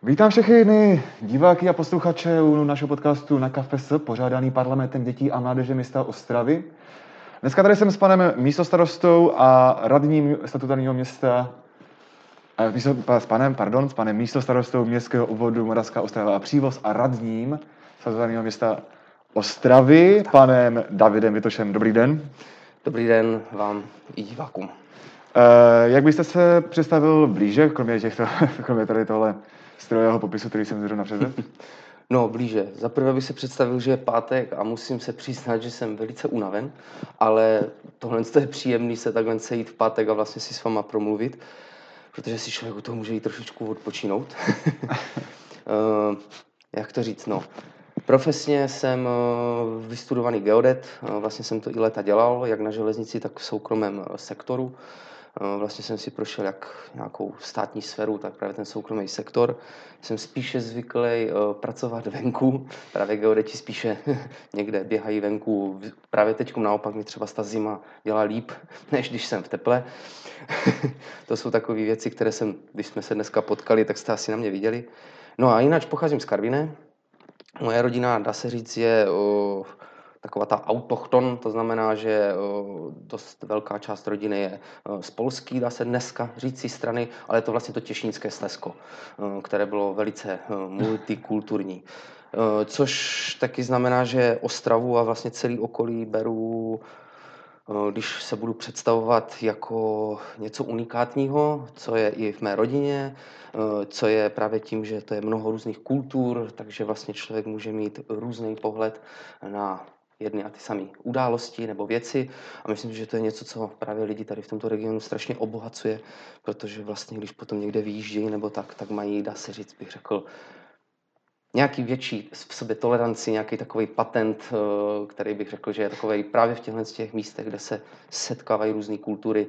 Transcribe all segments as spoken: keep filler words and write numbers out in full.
Vítám všechny diváky a posluchače u našeho podcastu Na kafe s, pořádaný Parlamentem dětí a mládeže města Ostravy. Dneska tady jsem s panem místostarostou a radním statutárního města, eh, místo, s panem, pardon, s panem místostarostou městského obvodu Moravská Ostrava a Přívoz a radním statutárního města Ostravy, panem Davidem Vitošem. Dobrý den. Dobrý den vám i divákům. Eh, jak byste se představil blíže, kromě, těchto, kromě tady tohle strojového popisu, který jsem zrovna předvedl? No, blíže. Zaprvé bych se představil, že je pátek a musím se přiznat, že jsem velice unaven, ale tohle je příjemný se takhle sejít v pátek a vlastně si s váma promluvit, protože si člověk u toho může jít trošičku odpočinout. uh, jak to říct, no. Profesně jsem vystudovaný geodet, vlastně jsem to i léta dělal, jak na železnici, tak v soukromém sektoru. Vlastně jsem si prošel jak nějakou státní sféru, tak právě ten soukromý sektor. Jsem spíše zvyklý pracovat venku, právě geodeti spíše někde běhají venku. Právě teď naopak mi třeba ta zima dělá líp, než když jsem v teple. To jsou takové věci, které jsem, když jsme se dneska potkali, tak jste asi na mě viděli. No a jinak pocházím z Karviné. Moje rodina, dá se říct, je o, taková ta autochton, to znamená, že o, dost velká část rodiny je o, z polský, dá se dneska říct si strany, ale je to vlastně to Těšínské Slezsko, o, které bylo velice o, multikulturní. O, což taky znamená, že Ostravu a vlastně celý okolí beru, o, když se budu představovat jako něco unikátního, co je i v mé rodině, co je právě tím, že to je mnoho různých kultur, takže vlastně člověk může mít různý pohled na jedny a ty samé události nebo věci. A myslím, že to je něco, co právě lidi tady v tomto regionu strašně obohacuje, protože vlastně, když potom někde vyjíždějí nebo tak, tak mají, dá se říct, bych řekl, nějaký větší v sobě toleranci, nějaký takový patent, který bych řekl, že je takový právě v těchto těch místech, kde se setkávají různé kultury,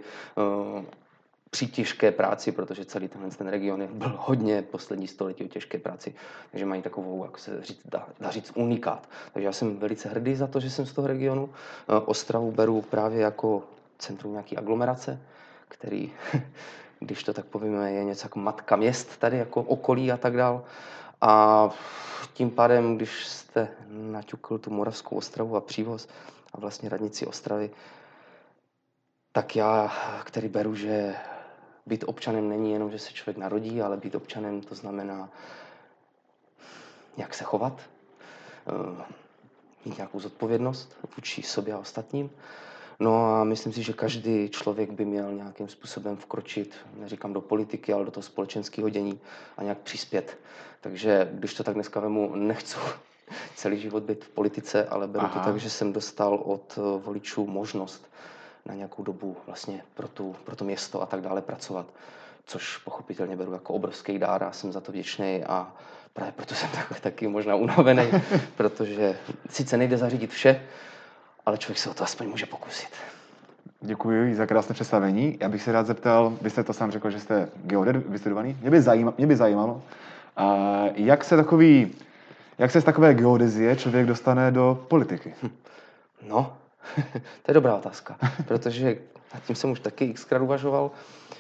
při těžké práci, protože celý tenhle ten region je byl hodně poslední století o těžké práci, takže mají takovou, jak se říct, dá, dá říct, unikát. Takže já jsem velice hrdý za to, že jsem z toho regionu. Ostravu beru právě jako centrum nějaký aglomerace, který, když to tak povíme, je něco jako matka měst tady, jako okolí a tak dál. A tím pádem, když jste naťukl tu Moravskou Ostravu a Přívoz a vlastně radnici Ostravy, tak já, který beru, že být občanem není jenom, že se člověk narodí, ale být občanem to znamená, jak se chovat, mít nějakou zodpovědnost vůči sobě a ostatním. No a myslím si, že každý člověk by měl nějakým způsobem vkročit, neříkám do politiky, ale do toho společenského dění a nějak přispět. Takže když to tak dneska vemu, nechci celý život být v politice, ale beru Aha. to tak, že jsem dostal od voličů možnost na nějakou dobu vlastně pro, tu, pro to město a tak dále pracovat, což pochopitelně beru jako obrovský dár a jsem za to vděčný a právě proto jsem tak, taky možná unavený, protože sice nejde zařídit vše, ale člověk se o to aspoň může pokusit. Děkuji za krásné představení. Já bych se rád zeptal, vy jste to sám řekl, že jste geodet vystudovaný. Mě by, zajíma, mě by zajímalo, a jak se takový, jak se z takové geodezie člověk dostane do politiky? No, to je dobrá otázka, protože nad tím jsem už taky xkrát uvažoval.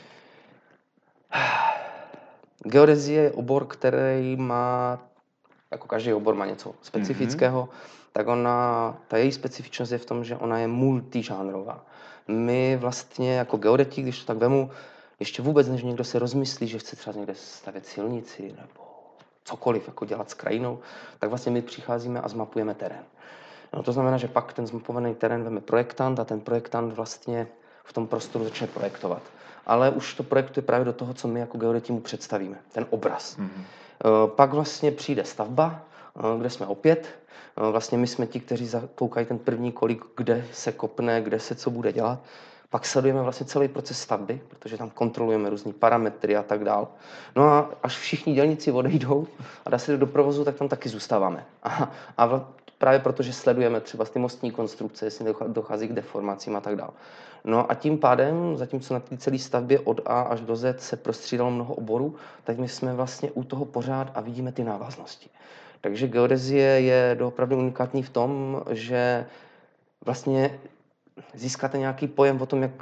Geodezie je obor, který má, jako každý obor má něco specifického, mm-hmm. tak ona, ta její specifičnost je v tom, že ona je multižánrová. My vlastně jako geodeti, když to tak vemu, ještě vůbec než někdo se rozmyslí, že chce třeba někde stavět silnici nebo cokoliv, jako dělat s krajinou, tak vlastně my přicházíme a zmapujeme terén. No, to znamená, že pak ten zmapovaný terén veme projektant a ten projektant vlastně v tom prostoru začne projektovat. Ale už to projektuje právě do toho, co my jako geodeti mu představíme, ten obraz. Mm-hmm. Pak vlastně přijde stavba, kde jsme opět. Vlastně my jsme ti, kteří zakoukají ten první kolík, kde se kopne, kde se co bude dělat. Pak sledujeme vlastně celý proces stavby, protože tam kontrolujeme různý parametry a tak dál. No a až všichni dělníci odejdou a dá se do provozu, tak tam taky zůstáváme. A, a právě protože sledujeme třeba ty mostní konstrukce, jestli dochází k deformacím a tak dále. No a tím pádem, zatímco na té celé stavbě od A až do Z se prostřídalo mnoho oborů, tak my jsme vlastně u toho pořád a vidíme ty návaznosti. Takže geodezie je doopravdy unikátní v tom, že vlastně získáte nějaký pojem o tom, jak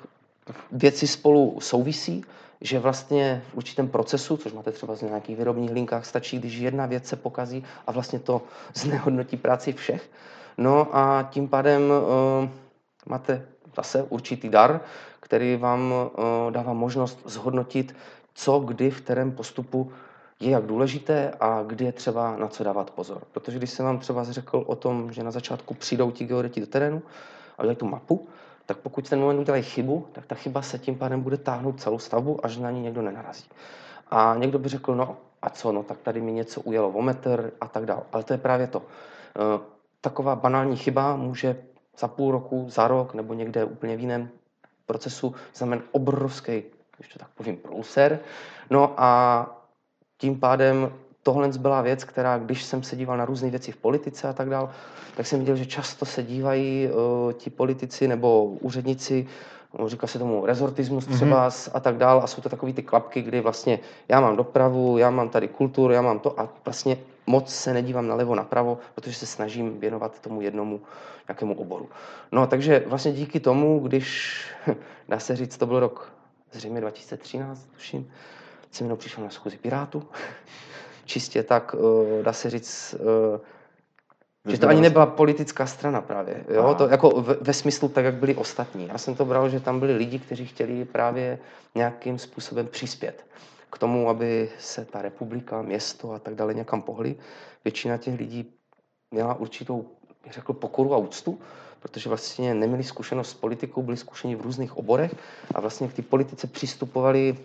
věci spolu souvisí, že vlastně v určitém procesu, což máte třeba z nějakých výrobních linkách, stačí, když jedna věc se pokazí a vlastně to znehodnotí práci všech. No a tím pádem uh, máte zase určitý dar, který vám uh, dává možnost zhodnotit, co kdy v kterém postupu je jak důležité a kdy je třeba na co dávat pozor. Protože když jsem vám třeba řekl o tom, že na začátku přijdou ti geodeti do terénu a udělají tu mapu, tak pokud ten moment udělají chybu, tak ta chyba se tím pádem bude táhnout celou stavbu, až na ní někdo nenarazí. A někdo by řekl, no a co, no tak tady mi něco ujelo o metr a tak dále. Ale to je právě to. E, taková banální chyba může za půl roku, za rok nebo někde úplně v jiném procesu znamenat obrovský, když to tak povím, průser. No a tím pádem tohle byla věc, která, když jsem se díval na různé věci v politice a tak dál, tak jsem viděl, že často se dívají uh, ti politici nebo úředníci, uh, říká se tomu rezortismus třeba mm-hmm. a tak dál, a jsou to takový ty klapky, kdy vlastně já mám dopravu, já mám tady kulturu, já mám to a vlastně moc se nedívám nalevo, napravo, protože se snažím věnovat tomu jednomu nějakému oboru. No takže vlastně díky tomu, když, dá se říct, to byl rok zřejmě dva tisíce třináct, tuším, jsem jenom přišel na schůzi Pirátů. Čistě tak, dá se říct, že to ani nebyla politická strana právě. Jo? To jako ve, ve smyslu tak, jak byli ostatní. Já jsem to bral, že tam byli lidi, kteří chtěli právě nějakým způsobem přispět k tomu, aby se ta republika, město a tak dále někam pohly. Většina těch lidí měla určitou, bych řekl, pokoru a úctu, protože vlastně neměli zkušenost s politikou, byli zkušení v různých oborech a vlastně k té politice přistupovali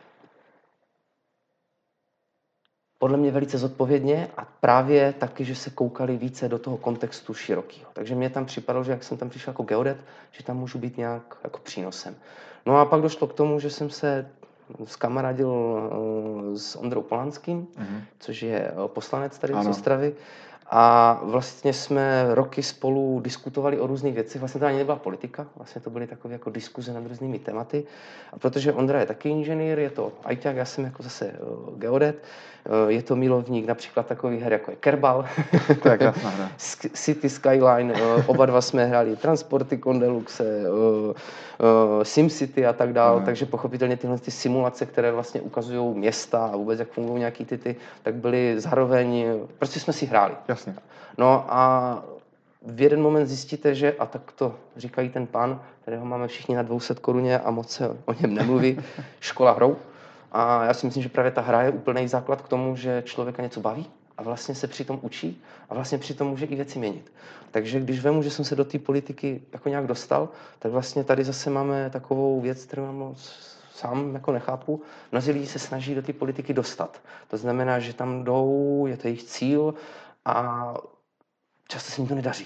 podle mě velice zodpovědně a právě taky, že se koukali více do toho kontextu širokého. Takže mě tam připadalo, že jak jsem tam přišel jako geodet, že tam můžu být nějak jako přínosem. No a pak došlo k tomu, že jsem se zkamarádil uh, s Ondrou Polanským, mm-hmm. což je poslanec tady ano. z Ostravy. A vlastně jsme roky spolu diskutovali o různých věcech. Vlastně to ani nebyla politika, vlastně to byly takové jako diskuze nad různými tématy. A protože Ondra je taky inženýr, je to ajťák, já jsem jako zase uh, geodet, uh, je to milovník například takových her, jako je Kerbal, to je krásná hra. City Skyline, uh, oba dva jsme hráli Transporticon Deluxe, uh, uh, SimCity a tak dále, mm. takže pochopitelně tyhle ty simulace, které vlastně ukazují města a vůbec jak fungují nějaký ty, ty, tak byly zároveň, prostě jsme si hráli. Jasně. No a v jeden moment zjistíte, že, a tak to říkají ten pán, kterého máme všichni na dvě stě koruně a moc se o něm nemluví, škola hrou. A já si myslím, že právě ta hra je úplný základ k tomu, že člověka něco baví a vlastně se přitom učí a vlastně přitom může i věci měnit. Takže když vemu, že jsem se do té politiky jako nějak dostal, tak vlastně tady zase máme takovou věc, kterou mám moc sám jako nechápu. Mnozí lidi se snaží do té politiky dostat. To znamená, že tam jdou, je to jejich cíl a často se jim to nedaří.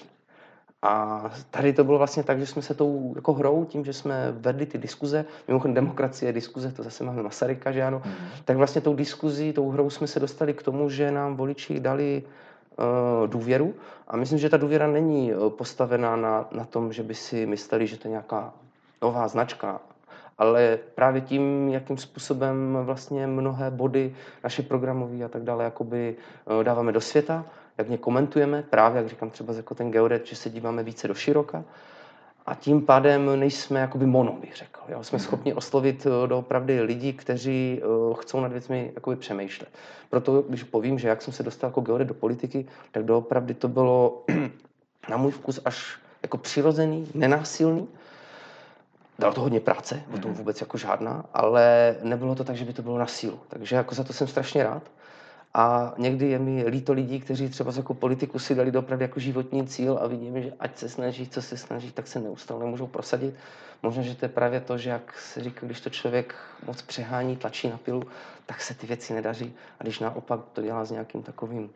A tady to bylo vlastně tak, že jsme se tou jako hrou, tím, že jsme vedli ty diskuze, mimochodem demokracie, diskuze, to zase máme Masaryka, že ano, mm. tak vlastně tou diskuzí, tou hrou jsme se dostali k tomu, že nám voliči dali uh, důvěru a myslím, že ta důvěra není postavená na, na tom, že by si mysleli, že to je nějaká nová značka, ale právě tím, jakým způsobem vlastně mnohé body naše programové a tak dále jakoby uh, dáváme do světa, jak mě komentujeme, právě, jak říkám třeba jako ten geodet, že se díváme více do široka a tím pádem nejsme jakoby mono, bych řekl. Jo? Jsme schopni oslovit doopravdy lidi, kteří uh, chcou nad věcmi jakoby přemýšlet. Proto, když povím, že jak jsem se dostal jako geodet do politiky, tak doopravdy to bylo na můj vkus až jako přirozený, nenásilný. Dalo to hodně práce, o tom vůbec jako žádná, ale nebylo to tak, že by to bylo na sílu. Takže jako za to jsem strašně rád. A někdy je mi líto lidí, kteří třeba jako politiku si dali dopravdy jako životní cíl a vidíme, že ať se snaží, co se snaží, tak se neustále nemůžou prosadit. Možná, že to je právě to, že jak se říká, když to člověk moc přehání, tlačí na pilu, tak se ty věci nedaří. A když naopak to dělá s nějakým takovým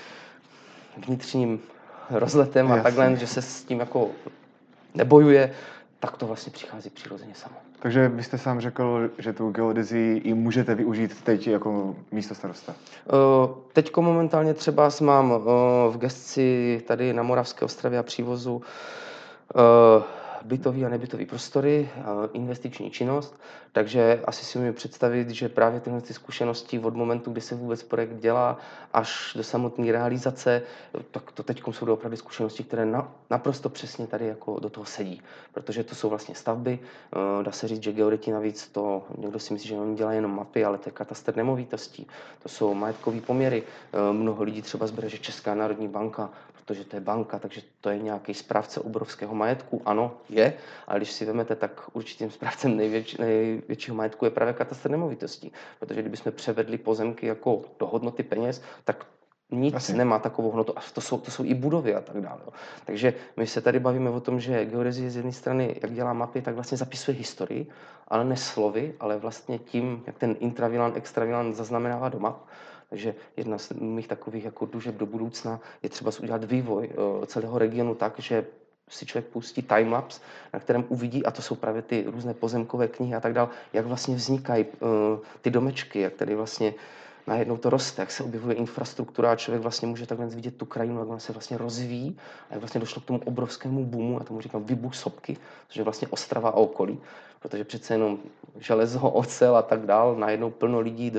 vnitřním rozletem a Jasně. takhle, že se s tím jako nebojuje, tak to vlastně přichází přirozeně samo. Takže vy jste sám řekl, že tu geodezii i můžete využít teď jako místostarosta. Teďko momentálně třeba mám v gesci tady na Moravské Ostravě a Přívozu bytový a nebytový prostory, investiční činnost, takže asi si umím představit, že právě tyhle ty zkušenosti od momentu, kdy se vůbec projekt dělá, až do samotné realizace, tak to teď jsou opravdu zkušenosti, které na, naprosto přesně tady jako do toho sedí, protože to jsou vlastně stavby, dá se říct, že geodeti navíc to, někdo si myslí, že oni dělají jenom mapy, ale to je katastr nemovitostí, to jsou majetkové poměry, mnoho lidí třeba zbere, že Česká národní banka, protože to je banka, takže to je nějaký správce obrovského majetku. Ano, je, ale když si vezmete, tak určitým správcem největší, největšího majetku je právě katastr nemovitostí. Protože kdybychom převedli pozemky jako do hodnoty peněz, tak nic Asi. nemá takovou hodnotu. A to jsou, to jsou i budovy a tak dále. Takže my se tady bavíme o tom, že geodezie z jedné strany, jak dělá mapy, tak vlastně zapisuje historii, ale ne slovy, ale vlastně tím, jak ten intravilan, extravilan zaznamenává do map. Takže jedna z mých takových jako dužeb do budoucna je třeba udělat vývoj celého regionu tak, že si člověk pustí timelapse, na kterém uvidí, a to jsou právě ty různé pozemkové knihy a tak dále, jak vlastně vznikají ty domečky, jak tady vlastně najednou to roste, jak se objevuje infrastruktura a člověk vlastně může takhle vidět tu krajinu, jak ona se vlastně rozvíjí a jak vlastně došlo k tomu obrovskému boomu, já tomu říkám výbuch sopky, což je vlastně Ostrava a okolí, protože přece jenom železo, ocel a tak dál, najednou plno lidí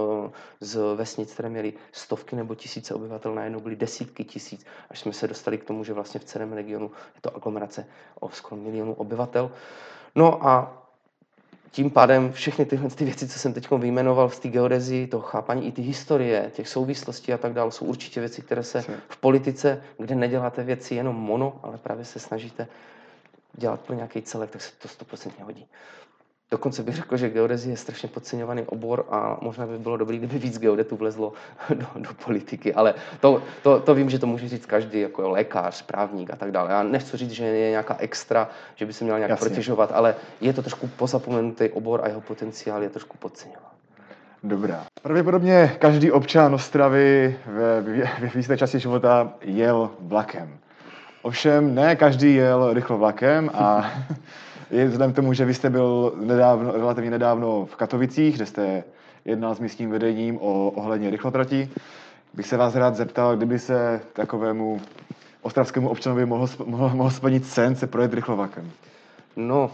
z vesnic, které měly stovky nebo tisíce obyvatel, najednou byly desítky tisíc, až jsme se dostali k tomu, že vlastně v celém regionu je to aglomerace o skoro milionu obyvatel. No a tím pádem všechny tyhle ty věci, co jsem teď vyjmenoval v té geodezii, to chápání i ty historie, těch souvislostí a tak dále, jsou určitě věci, které se v politice, kde neděláte věci jenom mono, ale právě se snažíte dělat pro nějaký celek, tak se to stoprocentně hodí. Dokonce bych řekl, že geodezie je strašně podceňovaný obor a možná by bylo dobré, kdyby víc geodetů vlezlo do, do politiky, ale to, to, to vím, že to může říct každý, jako lékař, právník a tak dále. Já nechci říct, že je nějaká extra, že by se měl nějak Jasně. protěžovat, ale je to trošku pozapomenutý obor a jeho potenciál je trošku podceňován. Dobrá. Pravděpodobně každý občan Ostravy ve, ve, v jisté části života jel vlakem. Ovšem ne každý jel rychlo vlakem a je vzhledem k tomu, že vy jste byl nedávno, relativně nedávno v Katovicích, kde jste jednal s místním vedením o ohledně rychlotratí, bych se vás rád zeptal, kdyby se takovému ostravskému občanovi mohl, mohl, mohl splnit sen se projet rychlovlakem. No,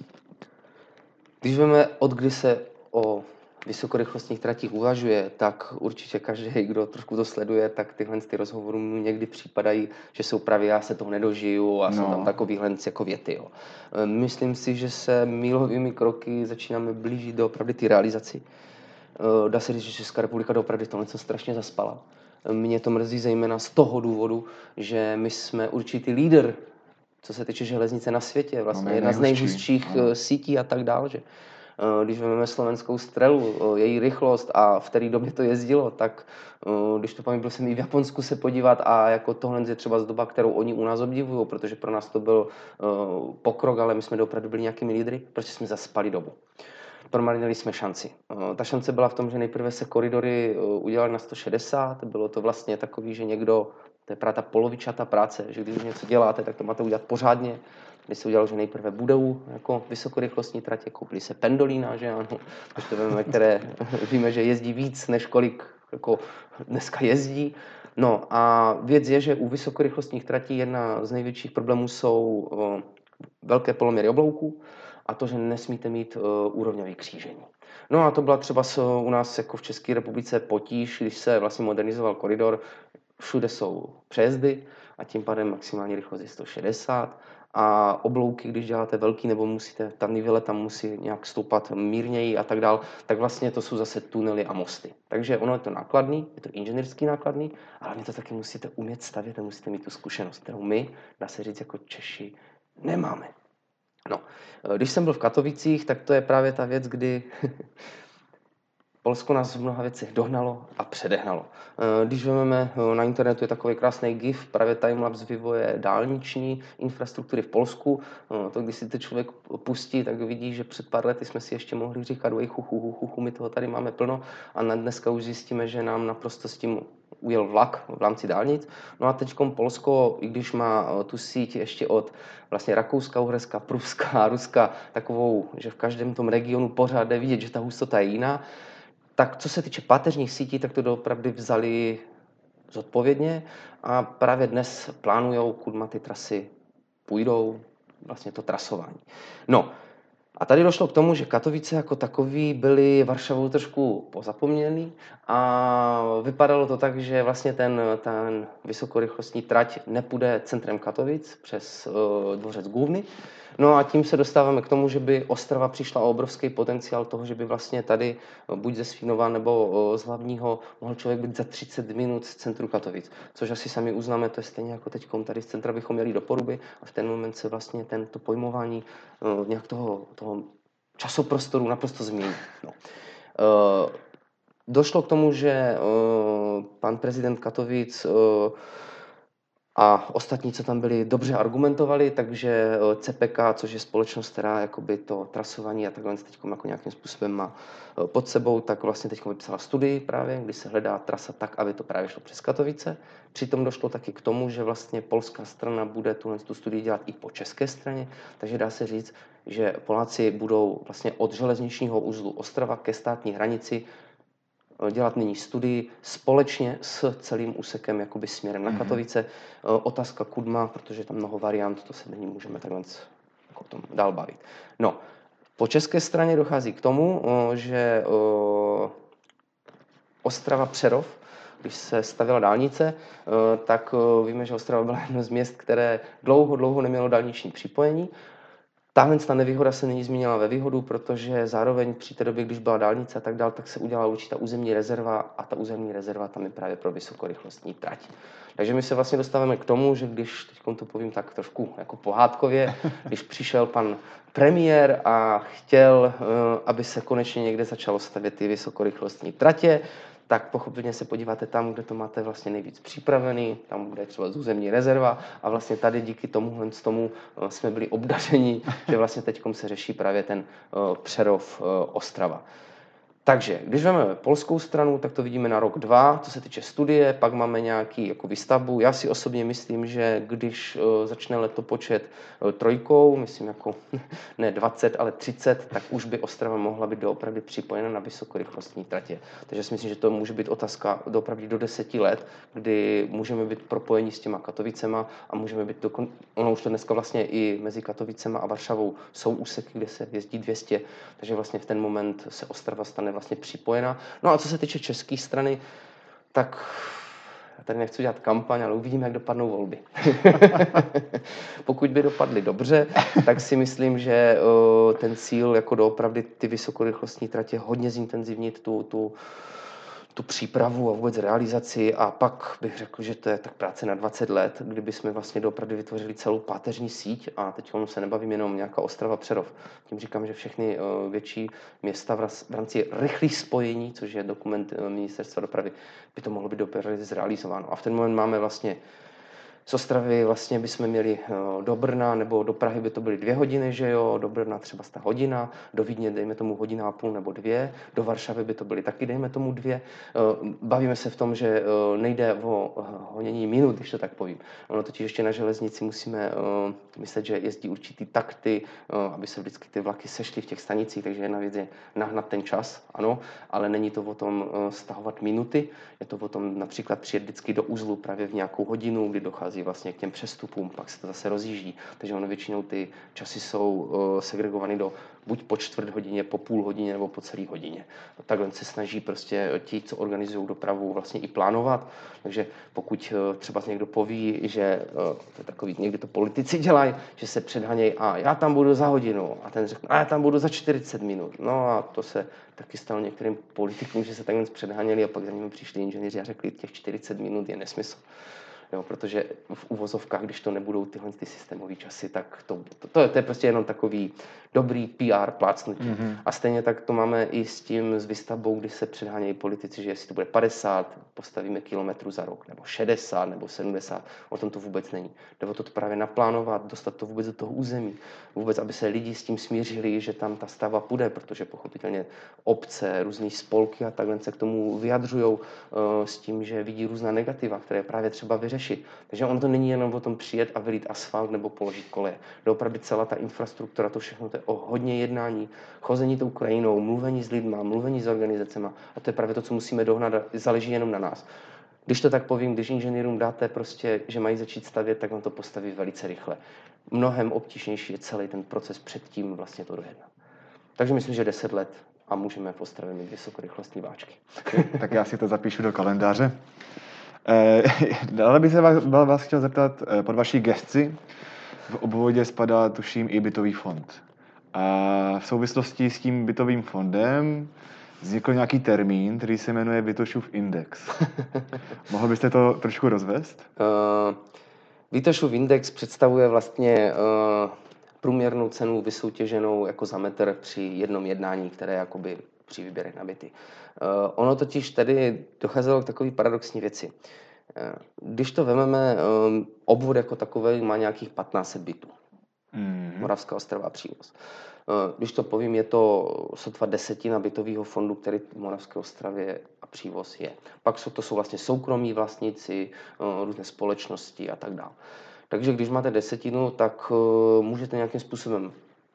když víme, od kdy se o vysokorychlostních tratích uvažuje, tak určitě každý, kdo trošku to sleduje, tak tyhle ty rozhovory mu někdy připadají, že jsou právě já se toho nedožiju a no. jsou tam takovýhle jako věty. Jo. Myslím si, že se mílovými kroky začínáme blížit do opravdu ty realizaci. Dá se říct, že Česká republika doopravdy tohle strašně zaspala. Mě to mrzí zejména z toho důvodu, že my jsme určitý lídr, co se týče železnice na světě, vlastně no, jedna z nejhustších no. sítí a tak dále. Že? Když vezmeme slovenskou Strelu, její rychlost a v té době to jezdilo, tak když to paměť, byl jsem i v Japonsku se podívat a jako tohle je třeba z doba, kterou oni u nás obdivují, protože pro nás to byl pokrok, ale my jsme opravdu byli nějakými lídry, protože jsme zaspali dobu. Promarnili jsme šanci. Ta šance byla v tom, že nejprve se koridory udělaly na sto šedesát, bylo to vlastně takový, že někdo, to je právě ta polovičatá práce, že když něco děláte, tak to máte udělat pořádně. Když se udělalo, že nejprve budou jako vysokorychlostní tratě, koupili se pendolína, že ano, to víme, které víme, že jezdí víc, než kolik jako dneska jezdí. No a věc je, že u vysokorychlostních tratí jedna z největších problémů jsou o, velké poloměry oblouků a to, že nesmíte mít o, úrovňové křížení. No a to byla třeba u nás jako v České republice potíž, když se vlastně modernizoval koridor, všude jsou přejezdy a tím pádem maximální rychlost je sto šedesát a oblouky, když děláte velký nebo musíte, ta nivele tam musí nějak stoupat mírněji a tak dál, tak vlastně to jsou zase tunely a mosty. Takže ono je to nákladný, je to inženýrský nákladný, ale hlavně to taky musíte umět stavět a musíte mít tu zkušenost, kterou my, dá se říct jako Češi, nemáme. No, když jsem byl v Katovicích, tak to je právě ta věc, kdy Polsko nás v mnoha věcech dohnalo a předehnalo. Když vezmeme, na internetu je takový krásný gif, právě timelapse vývoje dálniční infrastruktury v Polsku. To, když si to člověk pustí, tak vidí, že před pár lety jsme si ještě mohli říkat, oj, hu, hu, hu, hu, my toho tady máme plno a dneska už zjistíme, že nám naprosto s tím ujel vlak v rámci dálnic. No a teď Polsko, i když má tu síť ještě od vlastně Rakouska, Uherska, Pruska, Ruska, takovou, že v každém tom regionu pořád jde vidět, že ta hustota je jiná, tak co se týče páteřních sítí, tak to doopravdy vzali zodpovědně a právě dnes plánujou, kudy ty trasy půjdou, vlastně to trasování. No, a tady došlo k tomu, že Katovice jako takový byly Varšavou trošku pozapomněný a vypadalo to tak, že vlastně ten, ten vysokorychlostní trať nepůjde centrem Katovic přes uh, dvořec Główny. No a tím se dostáváme k tomu, že by Ostrava přišla o obrovský potenciál toho, že by vlastně tady buď ze Svínova nebo z Hlavního mohl člověk být za třicet minut z centru Katovic. Což asi sami uznáme, to je stejně jako teď tady z centra bychom jeli do Poruby a v ten moment se vlastně tento pojmování nějak toho, toho časoprostoru naprosto změní. No. Došlo k tomu, že pan prezident Katovic a ostatní, co tam byli, dobře argumentovali, takže C P K, což je společnost, která jakoby to trasování a takhle teď jako nějakým způsobem má pod sebou, tak vlastně teď vypsala studii právě, kdy se hledá trasa tak, aby to právě šlo přes Katovice. Přitom došlo taky k tomu, že vlastně polská strana bude tuhle tu studii dělat i po české straně, takže dá se říct, že Poláci budou vlastně od železničního uzlu Ostrava ke státní hranici dělat nyní studii společně s celým úsekem jakoby směrem na Katovice. Mm-hmm. Otázka Kudma, protože tam mnoho variant, to se není můžeme takhle jako o tom dál bavit. No, po české straně dochází k tomu, že Ostrava Přerov, když se stavěla dálnice, tak víme, že Ostrava byla jedno z měst, které dlouho, dlouho nemělo dálniční připojení. Tahle ta nevýhoda se nyní změnila ve výhodu, protože zároveň při té době, když byla dálnice a tak dál, tak se udělala určitá územní rezerva a ta územní rezerva tam je právě pro vysokorychlostní trať. Takže my se vlastně dostáváme k tomu, že když, teď to povím tak trošku jako pohádkově, když přišel pan premiér a chtěl, aby se konečně někde začalo stavět ty vysokorychlostní tratě, tak pochopitelně se podíváte tam, kde to máte vlastně nejvíc připravený, tam, kde je třeba územní rezerva a vlastně tady díky tomuhle tomu jsme byli obdařeni, že vlastně teďkom se řeší právě ten Přerov Ostrava. Takže, když vezmeme polskou stranu, tak to vidíme na rok dva, co se týče studie, pak máme nějaký jako výstavbu. Já si osobně myslím, že když uh, začne letopočet uh, trojkou, myslím jako ne dvacet, ale třicet, tak už by Ostrava mohla být doopravdy připojena na vysokorychlostní tratě. Takže si myslím, že to může být otázka doopravdy do deseti let, kdy můžeme být propojeni s těma Katovicema a můžeme být dokon... ono už to dneska vlastně i mezi Katovicema a Varšavou jsou úseky, kde se jezdí dvě stě, takže vlastně v ten moment se Ostrava stane vlastně připojena. No a co se týče české strany, tak já tady nechci dělat kampaň, ale uvidíme, jak dopadnou volby. Pokud by dopadly dobře, tak si myslím, že uh, ten cíl jako doopravdy ty vysokorychlostní tratě hodně zintenzivnit tu, tu tu přípravu a vůbec realizaci a pak bych řekl, že to je tak práce na dvacet let, kdyby jsme vlastně doopravdy vytvořili celou páteřní síť a teď se nebavím jenom nějaká Ostrava Přerov. Tím říkám, že všechny větší města v rámci rychlých spojení, což je dokument Ministerstva dopravy, by to mohlo být doopravdy zrealizováno. A v ten moment máme vlastně z Ostravy vlastně bychom měli do Brna nebo do Prahy by to byly dvě hodiny, že jo, do Brna třeba sta hodina, do Vídně dejme tomu hodina a půl nebo dvě, do Varšavy by to byly taky dejme tomu dvě. Bavíme se v tom, že nejde o honění minut, když to tak povím. Ono totiž ještě na železnici musíme myslet, že jezdí určitý takty, aby se vždycky ty vlaky sešly v těch stanicích, takže jedna věc je nahnat ten čas, ano, ale není to o tom stahovat minuty, je to o tom například přijet vždycky do uzlu právě v nějakou hodinu, kdy dochází vlastně k těm přestupům, pak se to zase rozjíždí, takže ono většinou ty časy jsou uh, segregovány do buď po čtvrt hodině, po půl hodině nebo po celé hodině. Takhle se snaží prostě ti, co organizují dopravu, vlastně i plánovat, takže pokud uh, třeba někdo poví, že uh, to je takový, někdy to politici dělají, že se předhanějí a já tam budu za hodinu a ten řekne, a já tam budu za čtyřicet minut. No a to se taky stalo některým politikům, že se takhle předhaněli a pak za nimi přišli inženýři a řekli, těch čtyřicet minut je nesmysl. Jo, protože v uvozovkách, když to nebudou tyhle ty systémové časy, tak to, to, to, je, to je prostě jenom takový dobrý P R plácnutí. Mm-hmm. A stejně tak to máme i s tím s výstavbou, kdy se předhánějí politici, že jestli to bude padesát, postavíme kilometrů za rok, nebo šedesát, nebo sedmdesát. O tom to vůbec není. Jde o to právě naplánovat, dostat to vůbec do toho území. Vůbec, aby se lidi s tím smířili, že tam ta stavba půjde, protože pochopitelně obce, různý spolky a takhle se k tomu vyjadřujou uh, s tím, že vidí různá negativa, které právě třeba vyřešit. Takže ono to není jenom o tom přijet a vylít asfalt nebo položit koleje. Doopravdy celá ta infrastruktura, to všechno, to je o hodně jednání, chození tou krajinou, mluvení s lidma, mluvení s organizacemi a to je právě to, co musíme dohnat, záleží jenom na nás. Když to tak povím, když inženýrům dáte prostě, že mají začít stavět, tak on to postaví velice rychle. Mnohem obtížnější je celý ten proces předtím vlastně to dojednat. Takže myslím, že deset let a můžeme v Ostravě mít vysokorychlostní váčky. Tak já si to zapíšu do kalendáře. E, dále bych se vás, vás chtěl zeptat, pod vaší gesci v obvodě spadá, tuším, i bytový fond. A v souvislosti s tím bytovým fondem vznikl nějaký termín, který se jmenuje Witošův index. Mohl byste to trošku rozvést? Uh, Witošův index představuje vlastně uh, průměrnou cenu vysoutěženou jako za metr při jednom jednání, které je jakoby při výběrech na byty. Uh, ono totiž tady docházelo k takové paradoxní věci. Uh, když to vememe, um, obvod jako takový má nějakých patnáct set bytů. Mm-hmm. Moravská Ostrava a Přívoz. Když to povím, je to sotva desetina bytového fondu, který v Moravské Ostravě a Přívoz je. Pak jsou to jsou vlastně soukromí vlastníci, různé společnosti a tak dále. Takže když máte desetinu, tak můžete nějakým způsobem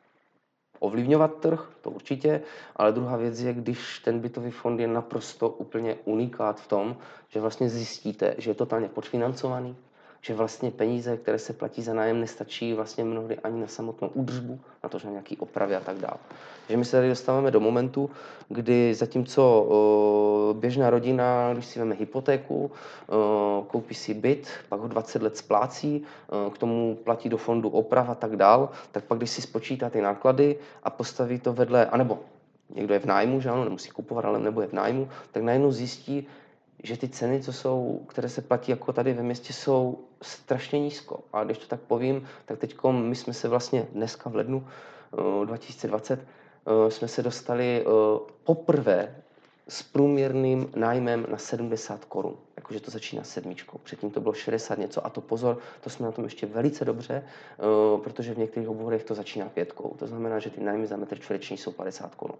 ovlivňovat trh, to určitě, ale druhá věc je, když ten bytový fond je naprosto úplně unikát v tom, že vlastně zjistíte, že je totálně podfinancovaný, že vlastně peníze, které se platí za nájem, nestačí vlastně mnohdy ani na samotnou údržbu, na to, že na nějaký opravy a tak dále. Že my se tady dostáváme do momentu, kdy zatímco o, běžná rodina, když si vezme hypotéku, o, koupí si byt, pak ho dvacet let splácí, o, k tomu platí do fondu oprav a tak dále, tak pak když si spočítá ty náklady a postaví to vedle, anebo někdo je v nájmu, že ano, nemusí kupovat, ale nebo je v nájmu, tak najednou zjistí, že ty ceny, co jsou, které se platí jako tady ve městě, jsou strašně nízko. A když to tak povím, tak teď my jsme se vlastně dneska v lednu dva tisíce dvacet jsme se dostali poprvé s průměrným nájmem na sedmdesát korun. Jakože to začíná sedmičkou. Předtím to bylo šedesát něco. A to pozor, to jsme na tom ještě velice dobře, protože v některých obvodech to začíná pětkou. To znamená, že ty nájmy za metr čtvereční jsou padesát korun.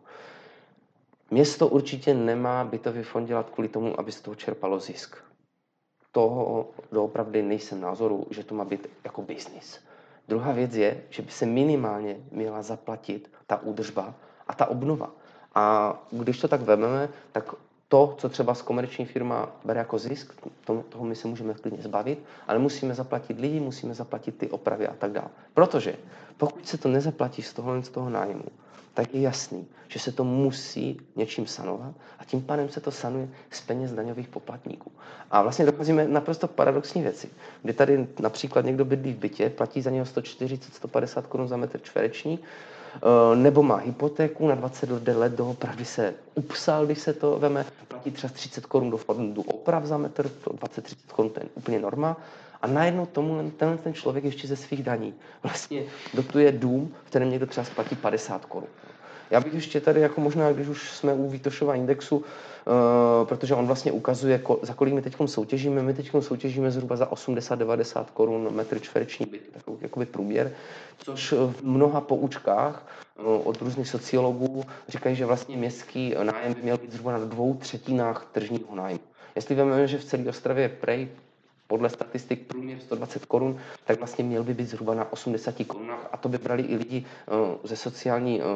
Město určitě nemá bytový fond dělat kvůli tomu, aby z toho čerpalo zisk. Toho doopravdy nejsem názoru, že to má být jako biznis. Druhá věc je, že by se minimálně měla zaplatit ta údržba a ta obnova. A když to tak vezmeme, tak to, co třeba z komerční firma bere jako zisk, toho my se můžeme klidně zbavit, ale musíme zaplatit lidi, musíme zaplatit ty opravy a tak dále. Protože pokud se to nezaplatí z toho, z toho nájmu, tak je jasný, že se to musí něčím sanovat a tím pádem se to sanuje z peněz daňových poplatníků. A vlastně docházíme naprosto paradoxní věci, kdy tady například někdo bydlí v bytě, platí za něho sto čtyřicet až sto padesát korun za metr čtvereční, nebo má hypotéku na dvacet let, doopravdy se upsal, když se to veme, platí třeba třicet korun do fondu oprav za metr, to dvacet třicet korun, to je úplně norma. A najednou tomu tenhle ten člověk ještě ze svých daní vlastně dotuje dům, v kterém někdo třeba splatí padesát korun. Já bych ještě tady, jako možná, když už jsme u Witošova indexu, uh, protože on vlastně ukazuje, ko, za kolik my teď soutěžíme. My teď soutěžíme zhruba za osmdesát až devadesát korun metr čtvereční byt, takový jakoby průměr, což v mnoha poučkách uh, od různých sociologů říkají, že vlastně městský nájem by měl být zhruba na dvou třetinách tržního nájmu. Jestli víme, že v celé Ostravě je prej podle statistik průměr sto dvacet korun, tak vlastně měl by být zhruba na osmdesáti korunách a to by brali i lidi uh, ze sociální uh,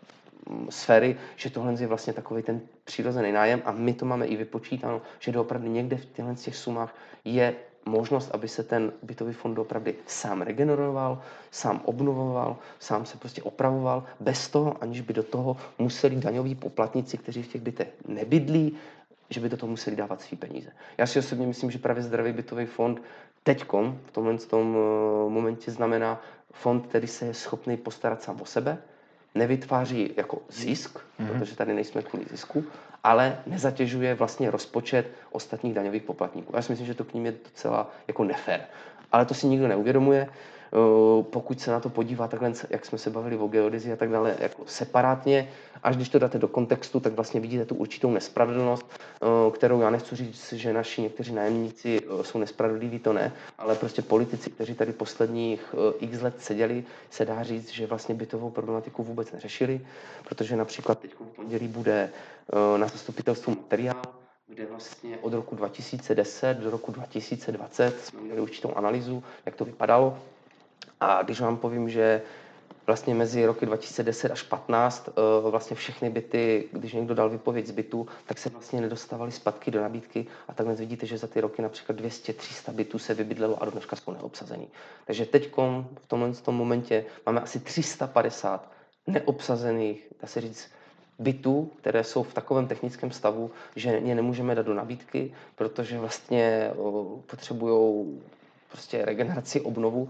sféry, že tohle je vlastně takový ten přirozený nájem a my to máme i vypočítáno, že doopravdy někde v těchto těch sumách je možnost, aby se ten bytový fond doopravdy sám regeneroval, sám obnovoval, sám se prostě opravoval, bez toho, aniž by do toho museli daňoví poplatníci, kteří v těch bytech nebydlí, že by do toho museli dávat svý peníze. Já si osobně myslím, že právě zdravý bytový fond teďkom, v tomhle tom momentě znamená fond, který se je schopný postarat sám o sebe, nevytváří jako zisk, mm-hmm. protože tady nejsme kvůli zisku, ale nezatěžuje vlastně rozpočet ostatních daňových poplatníků. Já si myslím, že to k ním je docela jako nefér. Ale to si nikdo neuvědomuje. Pokud se na to podívá takhle, jak jsme se bavili o geodezii a tak dále, jako separátně, až když to dáte do kontextu, tak vlastně vidíte tu určitou nespravedlnost, kterou já nechci říct, že naši někteří nájemníci jsou nespravedliví, to ne, ale prostě politici, kteří tady posledních x let seděli, se dá říct, že vlastně bytovou problematiku vůbec neřešili, protože například teď v pondělí bude na zastupitelstvu materiál, kde vlastně od roku dva tisíce deset do roku dva tisíce dvacet jsme měli určitou analýzu, jak to vypadalo. A když vám povím, že vlastně mezi roky dva tisíce deset až patnáct uh, vlastně všechny byty, když někdo dal výpověď z bytu, tak se vlastně nedostávaly zpátky do nabídky a takhle vidíte, že za ty roky například dvě stě tři sta bytů se vybydlelo a do dneška jsou neobsazený. Takže teď v tomhle tom momentě máme asi tři sta padesát neobsazených, dá se říct, bytů, které jsou v takovém technickém stavu, že je nemůžeme dát do nabídky, protože vlastně potřebují prostě regeneraci, obnovu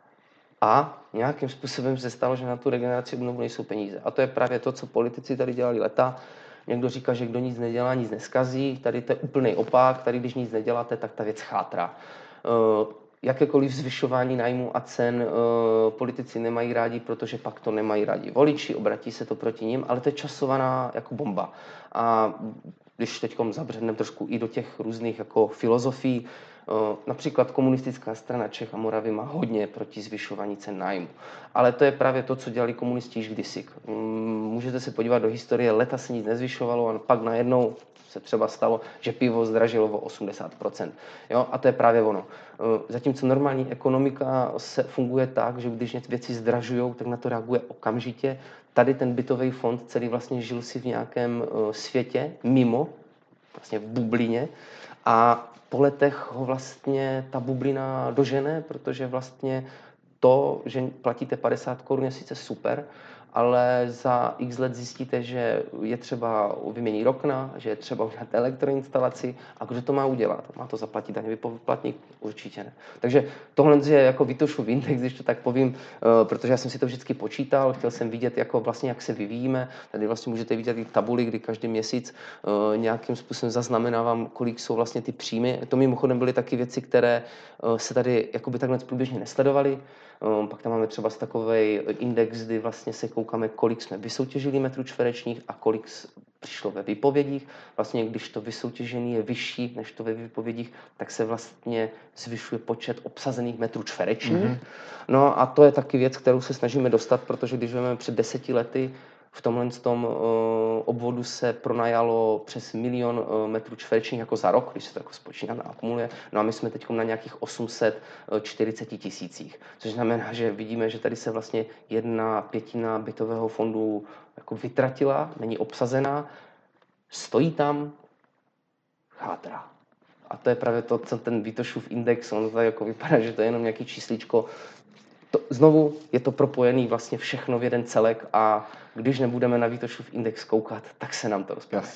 a nějakým způsobem se stalo, že na tu regeneraci, obnovu nejsou peníze. A to je právě to, co politici tady dělali leta. Někdo říká, že kdo nic nedělá, nic neskazí. Tady to je úplný opak. Tady, když nic neděláte, tak ta věc chátrá. Jakékoliv zvyšování nájmu a cen e, politici nemají rádi, protože pak to nemají rádi voliči, obratí se to proti nim, ale to je časovaná jako bomba. A když teď zabředneme trošku i do těch různých jako filozofií, e, například komunistická strana Čech a Moravy má hodně proti zvyšování cen nájmu. Ale to je právě to, co dělali komunisti již kdysi. Můžete se podívat do historie, leta se nic nezvyšovalo a pak najednou se třeba stalo, že pivo zdražilo o osmdesát procent. Jo? A to je právě ono. Zatímco normální ekonomika se funguje tak, že když něco věci zdražují, tak na to reaguje okamžitě. Tady ten bytový fond celý vlastně žil si v nějakém světě mimo, vlastně v bublině a po letech ho vlastně ta bublina dožene, protože vlastně to, že platíte padesát korun, je sice super, ale za x let zjistíte, že je třeba vyměnit okna, že je třeba udělat elektroinstalaci a kdo to má udělat? Má to zaplatit daňový poplatník? Určitě ne. Takže tohle je jako Wittosův index, když to tak povím, protože já jsem si to vždycky počítal, chtěl jsem vidět, jako vlastně, jak se vyvíjíme. Tady vlastně můžete vidět i tabuly, kdy každý měsíc nějakým způsobem zaznamenávám, kolik jsou vlastně ty příjmy. To mimochodem byly taky věci, které se tady jakoby takhle průběžně nesledovaly. Pak tam máme třeba takový index, kdy vlastně se koukáme, kolik jsme vysoutěžili metrů čtverečních a kolik přišlo ve výpovědích. Vlastně, když to vysoutěžení je vyšší než to ve výpovědích, tak se vlastně zvyšuje počet obsazených metrů čtverečních. Mm-hmm. No a to je taky věc, kterou se snažíme dostat, protože když vezmeme před deseti lety, v tomhle tom uh, obvodu se pronajalo přes milion uh, metrů čtverečních jako za rok, když se to jako spočítá a akumuluje. No a my jsme teď na nějakých osm set čtyřicet tisících, což znamená, že vidíme, že tady se vlastně jedna pětina bytového fondu jako vytratila, není obsazená, stojí tam, chátrá. A to je právě to, co ten Wittosův index, on tady jako vypadá, že to je jenom nějaký čísličko. To, znovu je to propojený vlastně všechno v jeden celek a když nebudeme na Wittosův index koukat, tak se nám to rozpadne.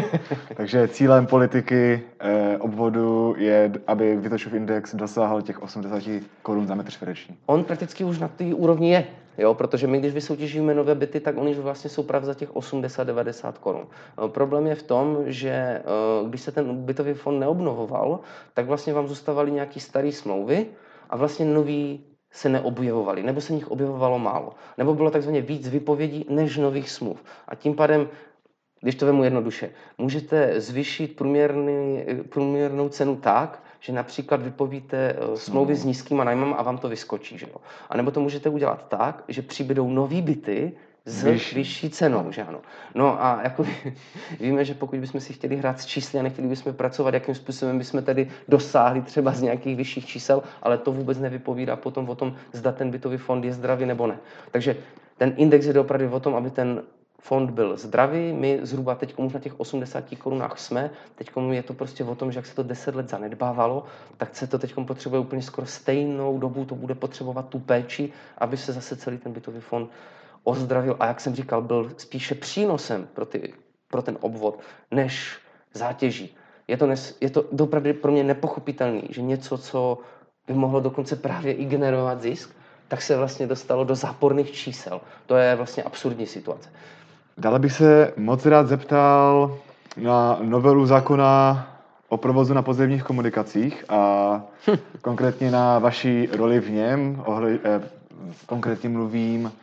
Takže cílem politiky eh, obvodu je, aby Wittosův index dosáhl těch osmdesát korun za metr čtvereční. On prakticky už na té úrovni je, jo, protože my, když vysoutěžíme nové byty, tak oni už vlastně jsou právě za těch osmdesát devadesát korun. Problém je v tom, že když se ten bytový fond neobnovoval, tak vlastně vám zůstávaly nějaké staré smlouvy a vlastně nový se neobjevovaly, nebo se nich objevovalo málo. Nebo bylo takzvaně víc vypovědí než nových smluv. A tím pádem, když to vemu jednoduše, můžete zvýšit průměrný, průměrnou cenu tak, že například vypovíte smlouvy s nízkýma nájmem a vám to vyskočí. Že jo? A nebo to můžete udělat tak, že přibydou nový byty s vyšší, vyšší cenou, že ano. No a jako víme, že pokud bychom si chtěli hrát s čísly a nechtěli bychom pracovat, jakým způsobem bychom tady dosáhli třeba z nějakých vyšších čísel, ale to vůbec nevypovídá potom o tom, zda ten bytový fond je zdravý nebo ne. Takže ten index je opravdu o tom, aby ten fond byl zdravý, my zhruba teď už na těch osmdesáti korunách jsme, teď je to prostě o tom, že jak se to deset let zanedbávalo, tak se to teď potřebuje úplně skoro stejnou dobu, to bude potřebovat tu péči, aby se zase celý ten bytový fond ozdravil a jak jsem říkal, byl spíše přínosem pro, ty, pro ten obvod, než zátěží. Je to, nes, je to opravdu pro mě nepochopitelný, že něco, co by mohlo dokonce právě i generovat zisk, tak se vlastně dostalo do záporných čísel. To je vlastně absurdní situace. Dále bych se moc rád zeptal na novelu zákona o provozu na pozemních komunikacích a konkrétně na vaší roli v něm. Ohle, eh, konkrétně mluvím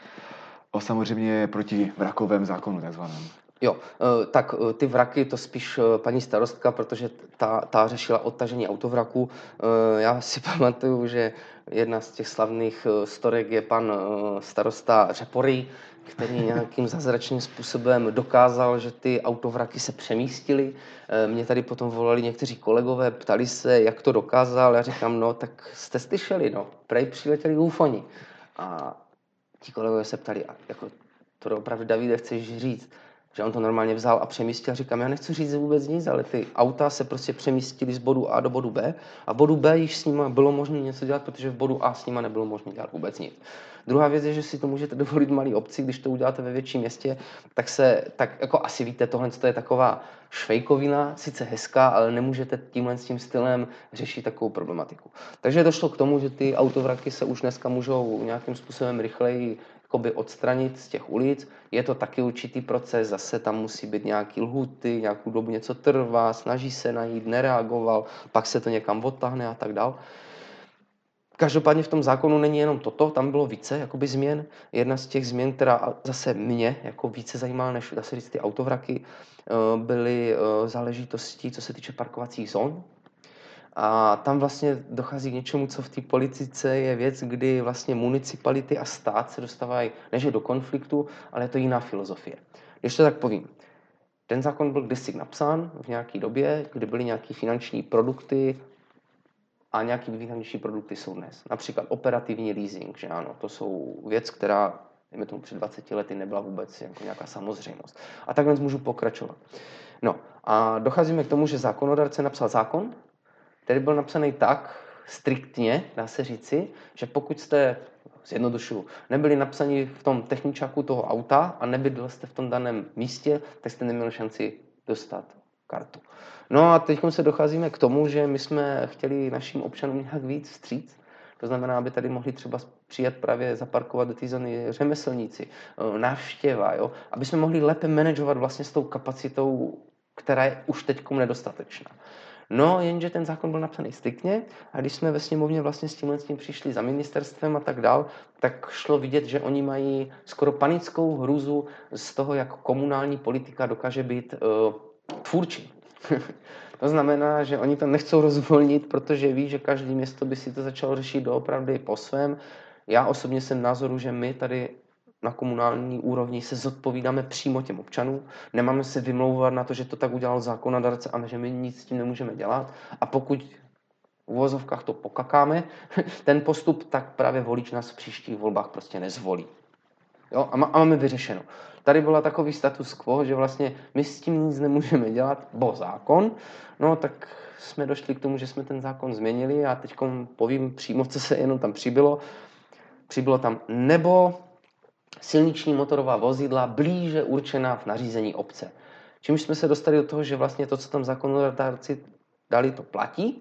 o samozřejmě protivrakovém zákonu takzvaném. Jo, tak ty vraky, to spíš paní starostka, protože ta, ta řešila odtažení autovraků. Já si pamatuju, že jedna z těch slavných storek je pan starosta Řepory, který nějakým zázračným způsobem dokázal, že ty autovraky se přemístily. Mě tady potom volali někteří kolegové, ptali se, jak to dokázal. Já říkám, no tak jste slyšeli, no, prej přiletěli ufoni. A ti kolegové se ptali, a jako, to opravdu Davide chceš říct, že on to normálně vzal a přemístil a říkám, já nechci říct vůbec nic, ale ty auta se prostě přemístily z bodu A do bodu B a v bodu B již s nima bylo možné něco dělat, protože v bodu A s nima nebylo možné dělat vůbec nic. Druhá věc je, že si to můžete dovolit v malé obci, když to uděláte ve větším městě, tak se, tak jako asi víte, tohle je taková švejkovina, sice hezká, ale nemůžete tímhle s tím stylem řešit takovou problematiku. Takže došlo k tomu, že ty autovraky se už dneska můžou nějakým způsobem rychleji jakoby odstranit z těch ulic. Je to taky určitý proces, zase tam musí být nějaký lhuty, nějakou dobu něco trvá, snaží se najít, nereagoval, pak se to někam odtáhne a tak dál. Každopádně v tom zákonu není jenom toto, tam bylo více jakoby změn. Jedna z těch změn, která zase mě jako více zajímala, než zase říct ty autovraky, byly záležitosti, co se týče parkovacích zón. A tam vlastně dochází k něčemu, co v té politice je věc, kdy vlastně municipality a stát se dostávají než do konfliktu, ale je to jiná filozofie. Když to tak povím, ten zákon byl kdysi napsán v nějaké době, kdy byly nějaké finanční produkty a nějaké finanční produkty jsou dnes. Například operativní leasing, že ano, to jsou věc, která dejme tomu před dvaceti lety nebyla vůbec jako nějaká samozřejmost. A takhle můžu pokračovat. No a docházíme k tomu, že zákonodárce napsal zákon, který byl napsaný tak striktně, dá se říci, že pokud jste, zjednodušuju, nebyli napsaní v tom techničáku toho auta a nebydl jste v tom daném místě, tak jste neměli šanci dostat kartu. No a teď se docházíme k tomu, že my jsme chtěli našim občanům nějak víc vstříc. To znamená, aby tady mohli třeba přijet právě zaparkovat do té zóny řemeslníci, návštěva, jo? Aby jsme mohli lépe manažovat vlastně s tou kapacitou, která je už teďkom nedostatečná. No, jenže ten zákon byl napsaný striktně a když jsme ve sněmovně vlastně s tímhle s tím přišli za ministerstvem a tak dál, tak šlo vidět, že oni mají skoro panickou hrůzu z toho, jak komunální politika dokáže být uh, tvůrčí. To znamená, že oni to nechcou rozvolnit, protože ví, že každé město by si to začalo řešit doopravdy po svém. Já osobně jsem názoru, že my tady na komunální úrovni se zodpovídáme přímo těm občanům. Nemáme se vymlouvat na to, že to tak udělal zákonodárce a že my nic s tím nemůžeme dělat. A pokud v uvozovkách to pokakáme, ten postup, tak právě volič nás v příštích volbách prostě nezvolí. Jo? A máme vyřešeno. Tady byla takový status quo, že vlastně my s tím nic nemůžeme dělat, bo zákon. No tak jsme došli k tomu, že jsme ten zákon změnili a teď povím přímo, co se jenom tam přibylo. Přibylo tam nebo silniční motorová vozidla blíže určená v nařízení obce. Čímž jsme se dostali do toho, že vlastně to, co tam zákonodárci dali, to platí,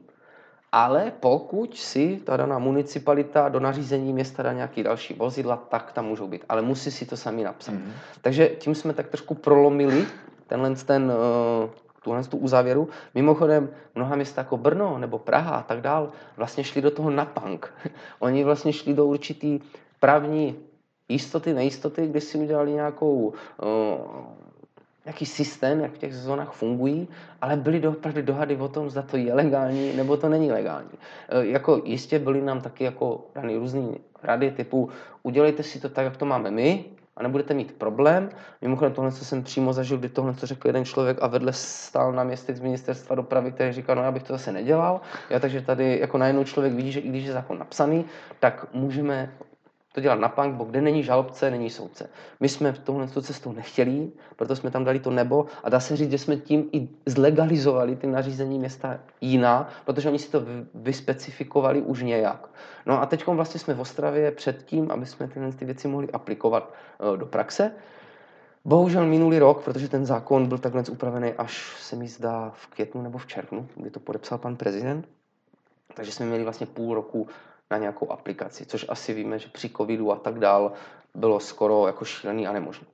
ale pokud si ta daná municipalita do nařízení města dá nějaký další vozidla, tak tam můžou být, ale musí si to sami napsat. Mm-hmm. Takže tím jsme tak trošku prolomili tenhle ten, tuhle tu uzávěru. Mimochodem mnoha města jako Brno nebo Praha a tak dál vlastně šli do toho na punk. Oni vlastně šli do určitý právní jistoty, nejistoty, když si udělali nějakou, uh, nějaký systém, jak v těch zónách fungují, ale byly opravdu dohady o tom, zda to je legální, nebo to není legální. Uh, jako jistě byly nám taky jako daný různý rady typu udělejte si to tak, jak to máme my, a nebudete mít problém. Mimochodem tohle, co jsem přímo zažil, kdy tohle, co řekl jeden člověk a vedle stál na městech z ministerstva dopravy, který říkal, no já bych to zase nedělal. Já, takže tady jako najednou člověk vidí, že i když je zákon napsaný, tak můžeme to dělat na punk, bo kde není žalobce, není soudce. My jsme tohle cestou nechtěli, proto jsme tam dali to nebo a dá se říct, že jsme tím i zlegalizovali ty nařízení města jiná, protože oni si to vyspecifikovali už nějak. No a teď vlastně jsme v Ostravě před tím, aby jsme tyhle ty věci mohli aplikovat do praxe. Bohužel minulý rok, protože ten zákon byl takhle upravený až se mi zdá v květnu nebo v červnu, kdy to podepsal pan prezident, takže jsme měli vlastně půl roku na nějakou aplikaci, což asi víme, že při covidu a tak dál bylo skoro jako šílený a nemožný.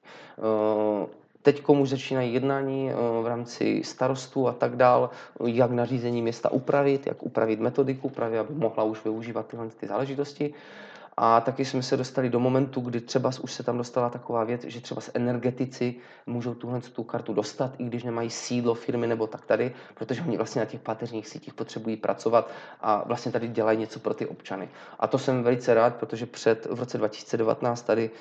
Teď už začínají jednání v rámci starostů a tak dál, jak nařízení města upravit, jak upravit metodiku, právě aby mohla už využívat tyhle ty záležitosti. A taky jsme se dostali do momentu, kdy třeba už se tam dostala taková věc, že třeba s energetici můžou tuhle tu kartu dostat, i když nemají sídlo firmy nebo tak tady, protože oni vlastně na těch páteřních sítích potřebují pracovat a vlastně tady dělají něco pro ty občany. A to jsem velice rád, protože před v roce dva tisíce devatenáct tady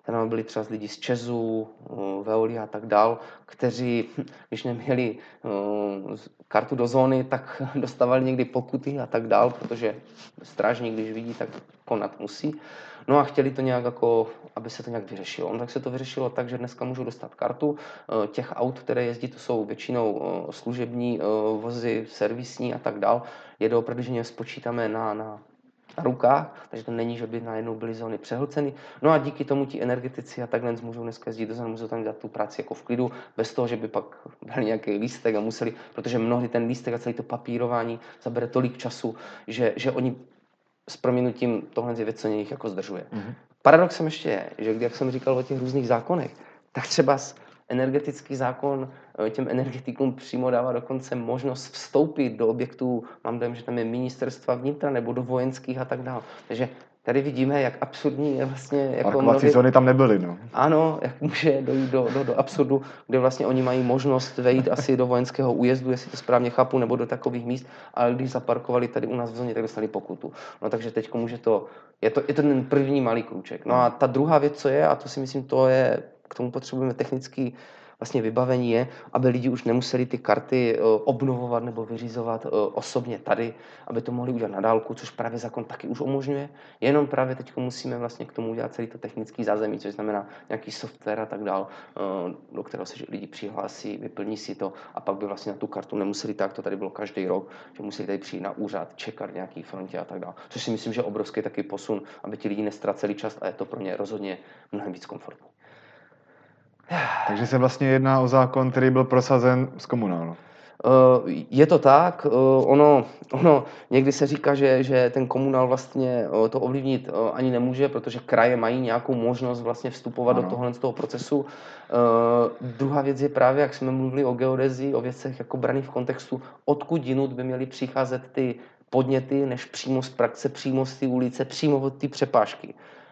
tam byli třeba lidi z Česu, Veolia a tak dál, kteří, když neměli kartu do zóny, tak dostávali někdy pokuty a tak dál, protože strážník, když vidí, tak konat musí. No a chtěli to nějak jako, aby se to nějak vyřešilo. No tak se to vyřešilo tak, že dneska můžou dostat kartu. Těch aut, které jezdí, to jsou většinou služební vozy, servisní a tak dál. Je to opravdu, že je spočítáme na, na, na rukách, takže to není, že by najednou byly zóny přehlceny. No a díky tomu ti energetici a takhle můžou dneska jezdit do zóny, můžou tam dělat tu práci jako v klidu, bez toho, že by pak dali nějaký lístek a museli, protože mnohdy ten lístek a celé to papírování zabere tolik času, že, že oni s prominutím tohle je věc, co jich jako zdržuje. Mm-hmm. Paradoxem ještě je, že jak jsem říkal o těch různých zákonech, tak třeba energetický zákon těm energetikům přímo dává dokonce možnost vstoupit do objektů, mám dojem, že tam je ministerstva vnitra nebo do vojenských a tak dále. Takže tady vidíme, jak absurdní je vlastně... Jako parkovací mnohdy... zóny tam nebyly, no. Ano, jak může dojít do, do, do absurdu, kde vlastně oni mají možnost vejít asi do vojenského újezdu, jestli to správně chápu, nebo do takových míst, ale když zaparkovali tady u nás v zóně, tak dostali pokutu. No takže teď může to... Je to, je to ten první malý krůček. No a ta druhá věc, co je, a to si myslím, to je... K tomu potřebujeme technický vlastně vybavení je, aby lidi už nemuseli ty karty obnovovat nebo vyřizovat osobně tady, aby to mohli udělat na dálku, což právě zákon taky už umožňuje. Jenom právě teď musíme vlastně k tomu udělat celý to technický zázemí, což znamená nějaký software a tak dál, do kterého se lidi přihlásí, vyplní si to a pak by vlastně na tu kartu nemuseli tak, to tady bylo každý rok, že museli tady přijít na úřad, čekat v nějaký frontě a tak dál. Což si myslím, že je obrovský taky posun, aby ti lidi nestraceli čas a je to pro ně rozhodně mnohem víc komfortní. Takže se vlastně jedná o zákon, který byl prosazen z komunálu. Je to tak, ono, ono někdy se říká, že, že ten komunál vlastně to ovlivnit ani nemůže, protože kraje mají nějakou možnost vlastně vstupovat ano. do tohohle z toho procesu. Druhá věc je právě, jak jsme mluvili o geodezii, o věcech jako braných v kontextu, odkud jinut by měly přicházet ty podněty, než přímo z praxe, přímo z té ulice, přímo od té přepážky.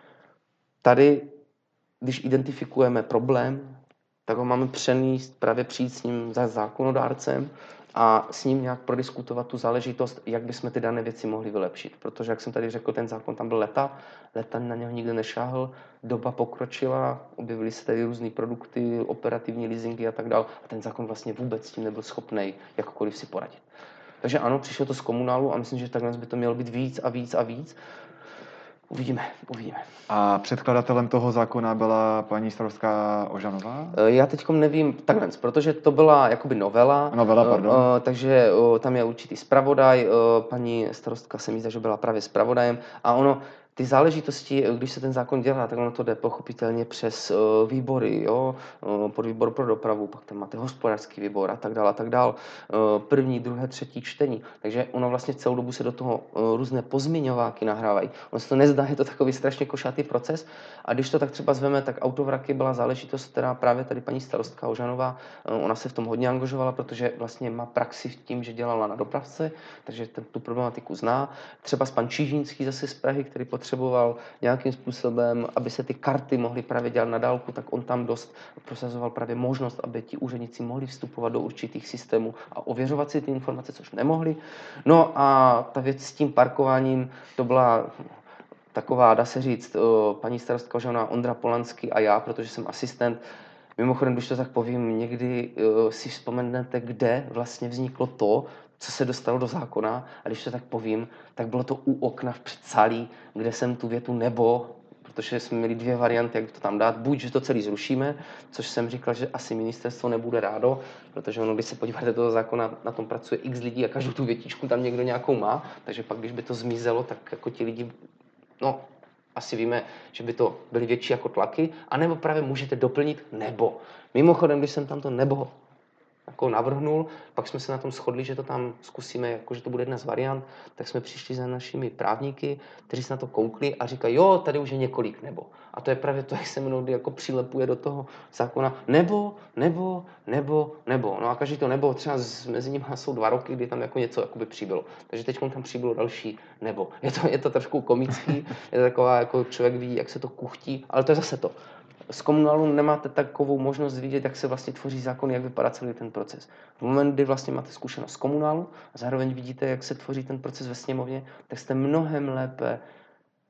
Tady, když identifikujeme problém, tak ho máme přenést, právě přijít s ním za zákonodárcem a s ním nějak prodiskutovat tu záležitost, jak bychom ty dané věci mohli vylepšit. Protože, jak jsem tady řekl, ten zákon tam byl leta, leta na něho nikdo nešáhl, doba pokročila, objevily se tady různé produkty, operativní leasingy a tak dále a ten zákon vlastně vůbec s tím nebyl schopný jakkoliv si poradit. Takže ano, přišlo to z komunálu a myslím, že takhle by to mělo být víc a víc a víc. Uvidíme, uvidíme. A předkladatelem toho zákona byla paní starostka Ožanová? Já teďkom nevím, takhle, protože to byla jakoby novela. Novela, pardon. Uh, takže uh, tam je určitý zpravodaj, uh, paní starostka se mi zdá, že byla právě zpravodajem a ono, ty záležitosti, když se ten zákon dělá, tak ono to jde pochopitelně přes uh, výbory, jo, uh, podvýbor pro dopravu, pak tam máte hospodářský výbor a tak dále a tak dále. Uh, první, druhé, třetí čtení. Takže ono vlastně celou dobu se do toho uh, různé pozměňováky nahrávají. Ono se to nezdá, je to takový strašně košatý proces. A když to tak třeba zveme, tak autovraky byla záležitost, která právě tady paní starostka Ožanová, uh, ona se v tom hodně angažovala, protože vlastně má praxi v tím, že dělala na dopravce, takže ten, tu problematiku zná. Třeba pan Čižínský zase z Prahy, který potřeboval nějakým způsobem, aby se ty karty mohly právě dělat na dálku, tak on tam dost prosazoval právě možnost, aby ti úředníci mohli vstupovat do určitých systémů a ověřovat si ty informace, což nemohli. No a ta věc s tím parkováním, to byla taková, dá se říct, paní starostka Ožanová, Ondra Polanský a já, protože jsem asistent. Mimochodem, když to tak povím, někdy si vzpomenete, kde vlastně vzniklo to, co se dostalo do zákona, a když to tak povím, tak bylo to u okna v předsálí, kde jsem tu větu nebo, protože jsme měli dvě varianty, jak to tam dát, buď, že to celý zrušíme, což jsem říkal, že asi ministerstvo nebude rádo, protože ono, když se podíváte do toho zákona, na tom pracuje x lidí a každou tu větičku tam někdo nějakou má, takže pak, když by to zmizelo, tak jako ti lidi, no, asi víme, že by to byly větší jako tlaky, anebo právě můžete doplnit nebo. Mimochodem, když jsem tam to nebo jako navrhnul, pak jsme se na tom shodli, že to tam zkusíme, jako že to bude jedna z variant, tak jsme přišli za našimi právníky, kteří se na to koukli a říkají, jo, tady už je několik nebo. A to je právě to, jak se mnohdy jako přilepuje do toho zákona nebo, nebo, nebo, nebo. No a každý to nebo, třeba mezi nimi jsou dva roky, kdy tam jako něco jakoby přibylo. Takže teď tam přibylo další nebo. Je to, je to trošku komický, je to taková, jako člověk ví, jak se to kuchtí, ale to je zase to. Z komunálu nemáte takovou možnost vidět, jak se vlastně tvoří zákon, jak vypadá celý ten proces. V moment, kdy vlastně máte zkušenost z komunálu a zároveň vidíte, jak se tvoří ten proces ve sněmovně, tak jste mnohem lépe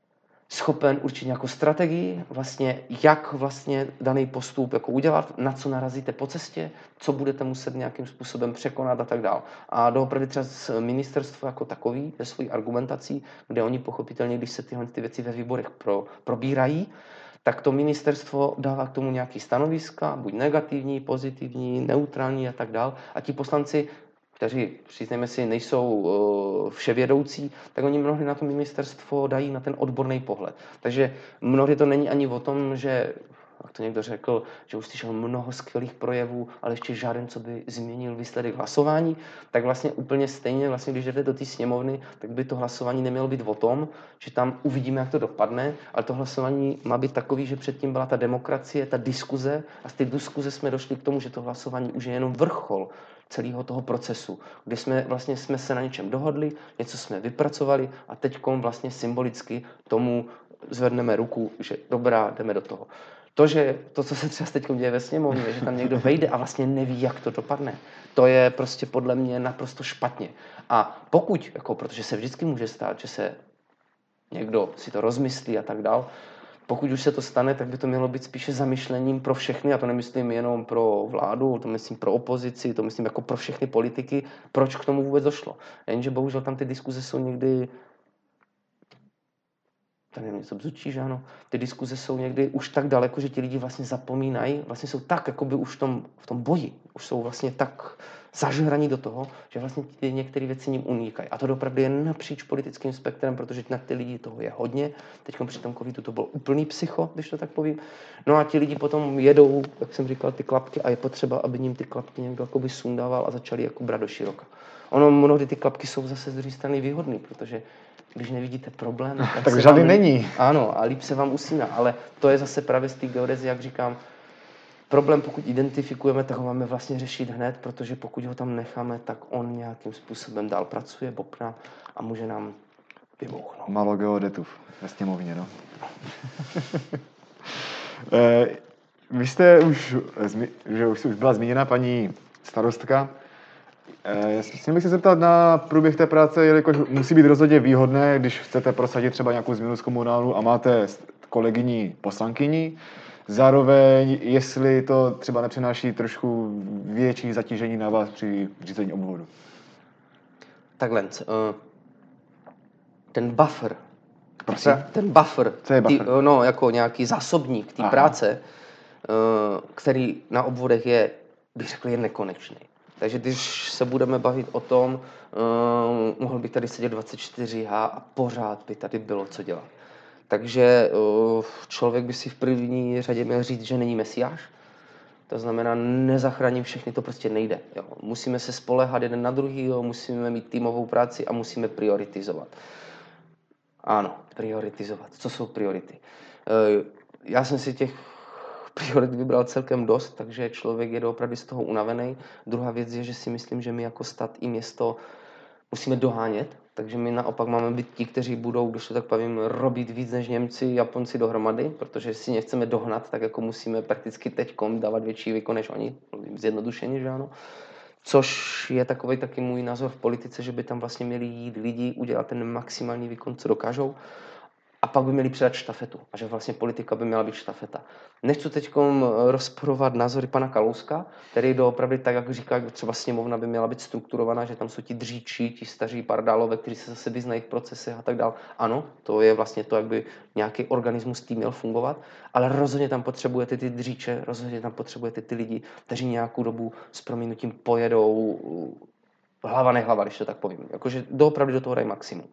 schopen určit nějakou strategii, vlastně jak vlastně daný postup jako udělat, na co narazíte po cestě, co budete muset nějakým způsobem překonat a tak dále. A doopravdy třeba ministerstvo jako takový ve svojí argumentací, kde oni pochopitelně, když se tyhle ty věci ve výborech pro, probírají, tak to ministerstvo dává k tomu nějaký stanoviska, buď negativní, pozitivní, neutrální a tak dále. A ti poslanci, kteří, přiznejme si, nejsou uh, vševědoucí, tak oni mnohdy na to ministerstvo dají na ten odborný pohled. Takže mnohdy to není ani o tom, že, jak to někdo řekl, že už slyšel mnoho skvělých projevů, ale ještě žádný, co by změnil výsledek hlasování, tak vlastně úplně stejně, vlastně, když jdete do té sněmovny, tak by to hlasování nemělo být o tom, že tam uvidíme, jak to dopadne, ale to hlasování má být takový, že předtím byla ta demokracie, ta diskuze a z té diskuze jsme došli k tomu, že to hlasování už je jenom vrchol celého toho procesu, kdy jsme vlastně jsme se na něčem dohodli, něco jsme vypracovali a teďkom vlastně symbolicky tomu zvedneme ruku, že dobrá, jdeme do toho. To, že to, co se třeba teď děje ve sněmovně, že tam někdo vejde a vlastně neví, jak to dopadne, to je prostě podle mě naprosto špatně. A pokud, jako, protože se vždycky může stát, že se někdo si to rozmyslí a tak dál, pokud už se to stane, tak by to mělo být spíše zamyšlením pro všechny, a to nemyslím jenom pro vládu, to myslím pro opozici, to myslím jako pro všechny politiky, proč k tomu vůbec došlo. Jenže bohužel tam ty diskuze jsou někdy, tady něco bzučí, že ano, ty diskuze jsou někdy už tak daleko, že ti lidi vlastně zapomínají, vlastně jsou tak, jakoby už v tom, v tom boji, už jsou vlastně tak zažraní do toho, že vlastně ty některé věci ním unikají. A to opravdu je napříč politickým spektrem, protože na ty lidi toho je hodně. Teď při tom covidu to bylo úplný psycho, když to tak povím. No a ti lidi potom jedou, jak jsem říkal, ty klapky a je potřeba, aby ním ty klapky někdo jakoby sundával a začali jako brát do široka. Ono mnohdy ty klapky jsou zase z druhé strany výhodný, protože když nevidíte problém, tak, tak žádný není. Ano, a líp se vám usíná, ale to je zase právě z té geodezie, jak říkám, problém, pokud identifikujeme, tak ho máme vlastně řešit hned, protože pokud ho tam necháme, tak on nějakým způsobem dál pracuje, bobná a může nám vybouchnout. Málo geodetů ve sněmovně, no. e, vy jste už, že už, už byla zmíněna paní starostka. E, Směl bych se zeptat na průběh té práce, jelikož musí být rozhodně výhodné, když chcete prosadit třeba nějakou změnu z komunálu a máte kolegyni poslankyni. Zároveň, jestli to třeba nepřináší trošku větší zatížení na vás při řízení obvodu. Takhle, ten buffer, Prosím? ten buffer, Co je buffer? Tý, no, jako nějaký zásobník té práce, který na obvodech je, bych řekl, je nekonečný. Takže když se budeme bavit o tom, uh, mohl bych tady sedět dvacet čtyři hodin a pořád by tady bylo co dělat. Takže uh, člověk by si v první řadě měl říct, že není mesiáš. To znamená, nezachráním všechny, to prostě nejde. Jo. Musíme se spoléhat jeden na druhý, musíme mít týmovou práci a musíme prioritizovat. Ano, prioritizovat. Co jsou priority? Uh, já jsem si těch priorit vybral celkem dost, takže člověk je opravdu z toho unavený. Druhá věc je, že si myslím, že my jako stát i město musíme dohánět, takže my naopak máme být ti, kteří budou, když to tak povím, robit víc než Němci, Japonci dohromady, protože si nechceme dohnat, tak jako musíme prakticky teďkom dávat větší výkon než oni, zjednodušeně, že ano. Což je takový taky můj názor v politice, že by tam vlastně měli jít lidi, udělat ten maximální výkon, co dokážou. A pak by měli předat štafetu. A že vlastně politika by měla být štafeta. Nechci teď rozporovat názory pana Kalouska, který doopravdy tak, jak říká, třeba sněmovna by měla být strukturovaná, že tam jsou ti dříči, ti staří pardálové, kteří se zase vyznají v procesech a tak dále. Ano, to je vlastně to, jak by nějaký organismus tým měl fungovat, ale rozhodně tam potřebujete ty dříče, rozhodně tam potřebujete ty lidi, kteří nějakou dobu s prominutím pojedou hlava nehlava, když to tak povím. Jakože doopravdy do toho dají maximum.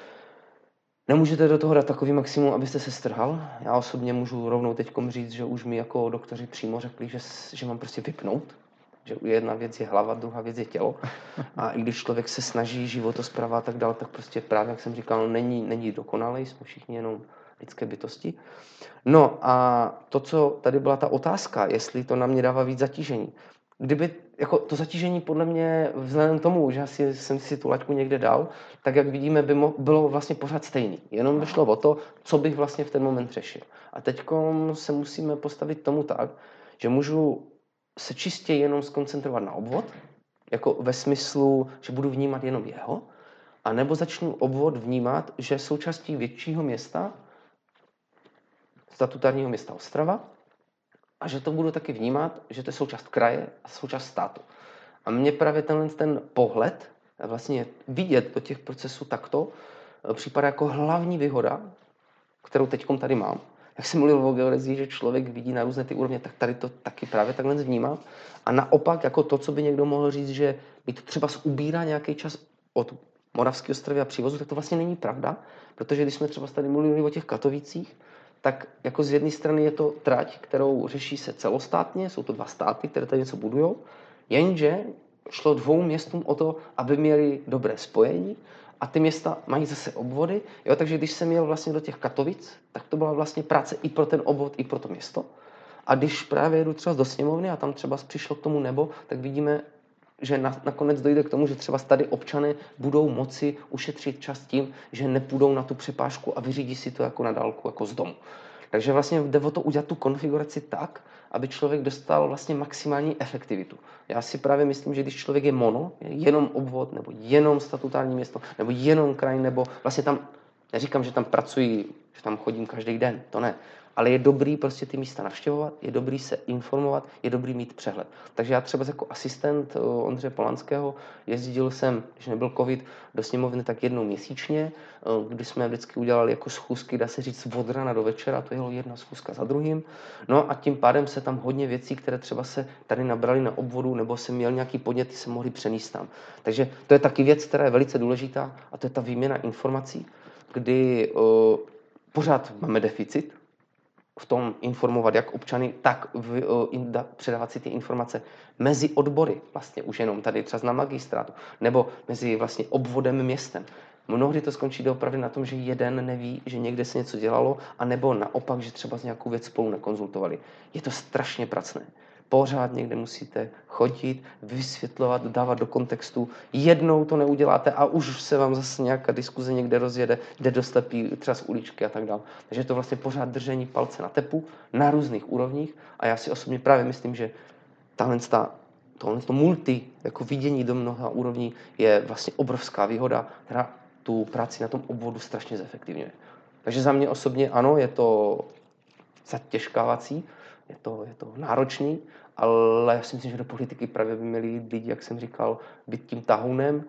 Nemůžete do toho dát takový maximum, abyste se strhal. Já osobně můžu rovnou teďkom říct, že už mi jako doktoři přímo řekli, že, že mám prostě vypnout. Že jedna věc je hlava, druhá věc je tělo. A i když člověk se snaží životospráva a tak dále, tak prostě právě, jak jsem říkal, není, není dokonalý, jsme všichni jenom lidské bytosti. No a to, co tady byla ta otázka, jestli to na mě dává víc zatížení. Kdyby, jako to zatížení podle mě, vzhledem k tomu, že asi jsem si tu laťku někde dal, tak jak vidíme, by mo- bylo vlastně pořád stejný. Jenom by šlo o to, co bych vlastně v ten moment řešil. A teďkom se musíme postavit tomu tak, že můžu se čistě jenom skoncentrovat na obvod, jako ve smyslu, že budu vnímat jenom jeho, a nebo začnu obvod vnímat, že součástí většího města statutárního města Ostrava a že to budu taky vnímat, že to je součást kraje a součást státu. A mně právě tenhle ten pohled, vlastně vidět do těch procesů takto, připadá jako hlavní výhoda, kterou teďkom tady mám. Jak jsem mluvil o geodezii, že člověk vidí na různé ty úrovně, tak tady to taky právě takhle vnímám. A naopak, jako to, co by někdo mohl říct, že mi to třeba ubírá nějaký čas od Moravské Ostravy a přívozu, tak to vlastně není pravda, protože když jsme třeba tady mluvili o těch Katovicích, tak jako z jedné strany je to trať, kterou řeší se celostátně, jsou to dva státy, které tady něco budujou, jenže šlo dvou městům o to, aby měli dobré spojení a ty města mají zase obvody, jo, takže když jsem jel vlastně do těch Katovic, tak to byla vlastně práce i pro ten obvod, i pro to město. A když právě jedu třeba do Sněmovny a tam třeba přišlo k tomu nebo, tak vidíme, že na, nakonec dojde k tomu, že třeba tady občané budou moci ušetřit čas tím, že nepůjdou na tu přepážku a vyřídí si to jako na dálku, jako z domu. Takže vlastně jde o to udělat tu konfiguraci tak, aby člověk dostal vlastně maximální efektivitu. Já si právě myslím, že když člověk je mono, je jenom obvod, nebo jenom statutární město, nebo jenom kraj, nebo vlastně tam, neříkám, že tam pracuji, že tam chodím každý den, to ne. Ale je dobrý prostě ty místa navštěvovat, je dobrý se informovat, je dobrý mít přehled. Takže já třeba jako asistent Ondřeje Polanského jezdil jsem, když nebyl covid, do Sněmovny tak jednou měsíčně, kdy jsme vždycky udělali jako schůzky, dá se říct, od rána do večera, to jelo jedna schůzka za druhým. No a tím pádem se tam hodně věcí, které třeba se tady nabrali na obvodu, nebo jsem měl nějaký podněty, se mohli přenést tam. Takže to je taky věc, která je velice důležitá, a to je ta výměna informací, kdy uh, pořád máme deficit v tom informovat jak občany, tak v, uh, předávat si ty informace mezi odbory, vlastně už jenom tady třeba na magistrátu, nebo mezi vlastně obvodem městem. Mnohdy to skončí doopravdy na tom, že jeden neví, že někde se něco dělalo, anebo naopak, že třeba z nějakou věc spolu nekonzultovali. Je to strašně pracné. Pořád někde musíte chodit, vysvětlovat, dávat do kontextu. Jednou to neuděláte a už se vám zase nějaká diskuze někde rozjede, jde do slepý, třeba z uličky a tak dále. Takže je to vlastně pořád držení palce na tepu na různých úrovních a já si osobně právě myslím, že tahle tohle to multi, jako vidění do mnoha úrovní je vlastně obrovská výhoda, která tu práci na tom obvodu strašně zefektivňuje. Takže za mě osobně ano, je to zatěžkávací, je to, je to náročný, ale já si myslím, že do politiky právě by měli lidi, jak jsem říkal, být tím tahounem.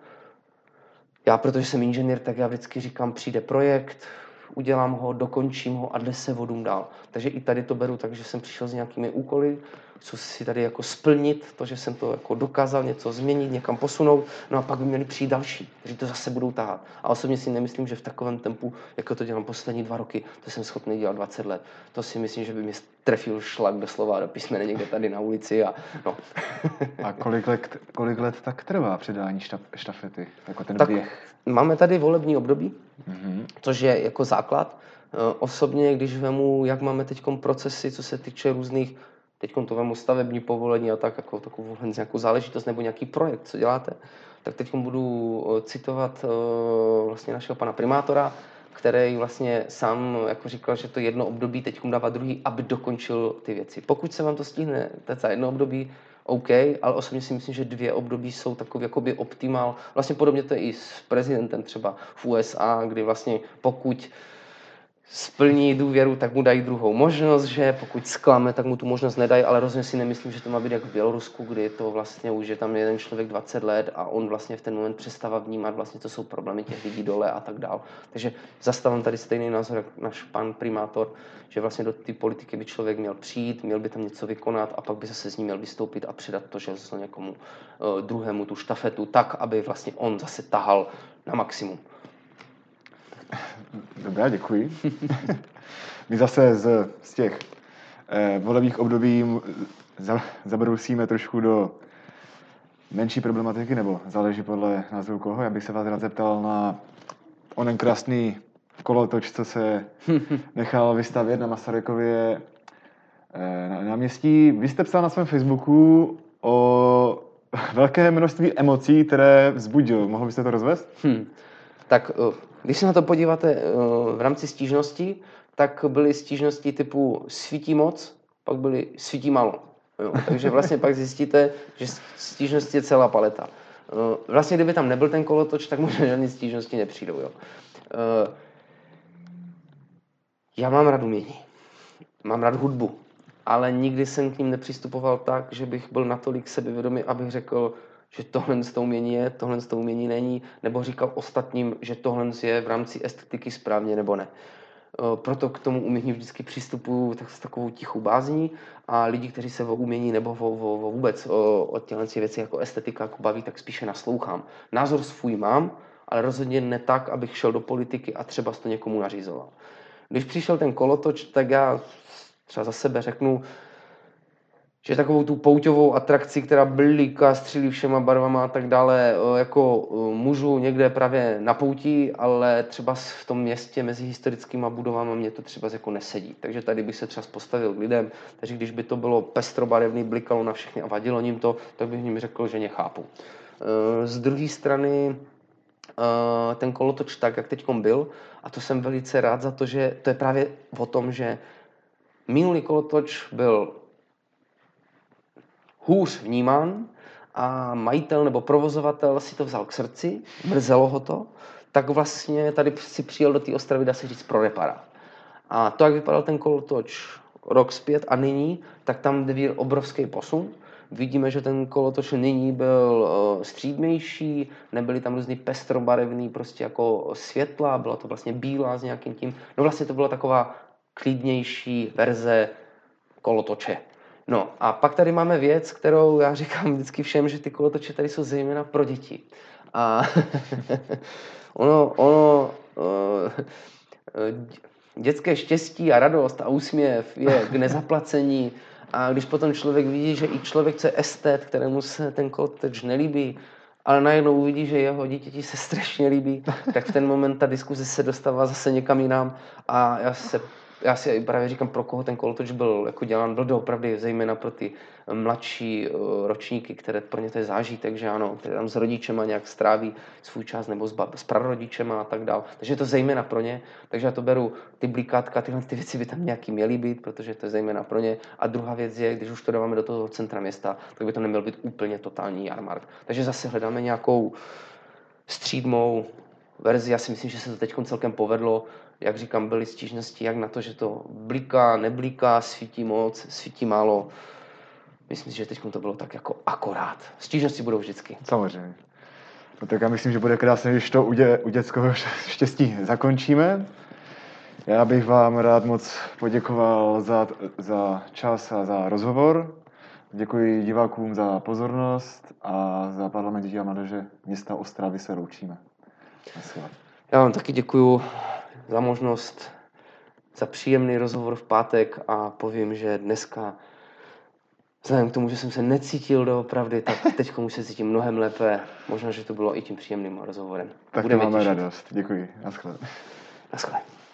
Já, protože jsem inženýr, tak já vždycky říkám, přijde projekt, udělám ho, dokončím ho a jde se vodům dál. Takže i tady to beru tak, že jsem přišel s nějakými úkoly, chci si tady jako splnit to, že jsem to jako dokázal něco změnit, někam posunout, no a pak by měli přijít další, kteří to zase budou tahat. A osobně si nemyslím, že v takovém tempu, jako to dělám poslední dva roky, to jsem schopný dělat dvacet let. To si myslím, že by mě trefil šlak doslova do písmene někde tady na ulici a no. A kolik let, kolik let tak trvá předání štaf, štafety, jako ten tak běh? Máme tady volební období, Mm-hmm. což je jako základ. Osobně, když vemu, jak máme teď procesy, co se týče různých, teď to vemu stavební povolení a tak, jako takovou nějakou záležitost nebo nějaký projekt, co děláte, tak teď budu citovat vlastně našeho pana primátora, který vlastně sám jako říkal, že to jedno období teď dává druhý, aby dokončil ty věci. Pokud se vám to stihne, to je jedno období, OK, ale osobně si myslím, že dvě období jsou takový jakoby optimál. Vlastně podobně to je i s prezidentem třeba v U S A, kdy vlastně pokud splní důvěru, tak mu dají druhou možnost, že pokud zklame, tak mu tu možnost nedají, ale rozhodně si nemyslím, že to má být jako v Bělorusku, kdy je to vlastně už je tam jeden člověk dvacet let a on vlastně v ten moment přestává vnímat vlastně, co jsou problémy těch lidí dole a tak dál. Takže zastávám tady stejný názor, jak náš pan primátor, že vlastně do té politiky by člověk měl přijít, měl by tam něco vykonat a pak by zase z ní měl vystoupit a předat to, že zase někomu uh, druhému tu štafetu tak, aby vlastně on zase tahal na maximum. Dobrá, děkuji. My zase z, z těch eh, volebních období za, zabrousíme trošku do menší problematiky, nebo záleží podle názvu koho. Já bych se vás rád zeptal na onen krásný kolotoč, co se nechal vystavět na Masarykově eh, na náměstí. Vy jste psal na svém Facebooku o velké množství emocí, které vzbudil. Mohl byste to rozvést? Hmm. Tak když se na to podíváte v rámci stížnosti, tak byly stížnosti typu svítí moc, pak byly svítí málo. Jo. Takže vlastně pak zjistíte, že stížnosti je celá paleta. Vlastně kdyby tam nebyl ten kolotoč, tak možná žádné stížnosti nepřijdou. Jo. Já mám rád umění. mám rád hudbu, ale nikdy jsem k ním nepřistupoval tak, že bych byl natolik sebevědomý, abych řekl, že tohle z toho umění je, tohle z toho umění není, nebo říkal ostatním, že tohle je v rámci estetiky správně nebo ne. Proto k tomu umění vždycky přistupuju tak s takovou tichou bázní a lidi, kteří se o umění nebo o, o, o vůbec o, o těchto věcí jako estetika jako baví, tak spíše naslouchám. Názor svůj mám, ale rozhodně ne tak, abych šel do politiky a třeba to někomu nařizoval. Když přišel ten kolotoč, tak já třeba za sebe řeknu, že takovou tu pouťovou atrakci, která blíká, střílí všema barvama a tak dále, jako můžu někde právě na pouti, ale třeba v tom městě mezi historickýma budovami mě to třeba jako nesedí. Takže tady bych se třeba postavil k lidem, takže když by to bylo pestrobarevný, blikalo na všechny a vadilo ním to, tak bych jim řekl, že nechápu. Z druhé strany ten kolotoč tak, jak teďkom byl, a to jsem velice rád za to, že to je právě o tom, že minulý kolotoč byl hůř vnímán a majitel nebo provozovatel si to vzal k srdci, mrzelo ho to, tak vlastně tady si přijel do té Ostravy, dá se říct, pro reparát. A to, jak vypadal ten kolotoč rok zpět a nyní, tak tam jde obrovský posun. Vidíme, že ten kolotoč nyní byl střídmější, nebyly tam různý pestrobarevný prostě jako světla, byla to vlastně bílá s nějakým tím, no vlastně to byla taková klidnější verze kolotoče. No a pak tady máme věc, kterou já říkám vždycky všem, že ty kolotoče tady jsou zejména pro děti. A ono, ono dětské štěstí a radost a úsměv je k nezaplacení. A když potom člověk vidí, že i člověk, co je estet, kterému se ten kolotoč nelíbí, ale najednou uvidí, že jeho dítěti se strašně líbí, tak v ten moment ta diskuze se dostává zase někam jinam a já se Já si právě říkám, pro koho ten kolotoč byl jako dělán, byl doopravdy zejména pro ty mladší ročníky, které pro ně to je zážitek, že ano, které tam s rodičema nějak stráví svůj čas nebo s, bab, s prarodičema a tak dál. Takže je to zejména pro ně, takže já to beru, ty blikátka, tyhle ty věci by tam nějaký měly být, protože to je zejména pro ně. A druhá věc je, když už to dáváme do toho centra města, tak by to neměl být úplně totální jarmark. Takže zase hledáme nějakou střídmou verzi, já si myslím, že se to teď celkem povedlo. Jak říkám, byly stížnosti jak na to, že to bliká, nebliká, svítí moc, svítí málo. Myslím si, že teď to bylo tak jako akorát. Stížnosti budou vždycky. Samozřejmě. No tak já myslím, že bude krásné, když to u, dě, u dětského štěstí zakončíme. Já bych vám rád moc poděkoval za, za čas a za rozhovor. Děkuji divákům za pozornost a za Parlament dětí a mládeže města Ostravy se loučíme. Já vám taky děkuju za možnost, za příjemný rozhovor v pátek a povím, že dneska, vzhledem k tomu, že jsem se necítil doopravdy, tak teď už se cítím mnohem lépe. Možná, že to bylo i tím příjemným rozhovorem. Tak to máme radost. Děkuji. Naschle. Naschle.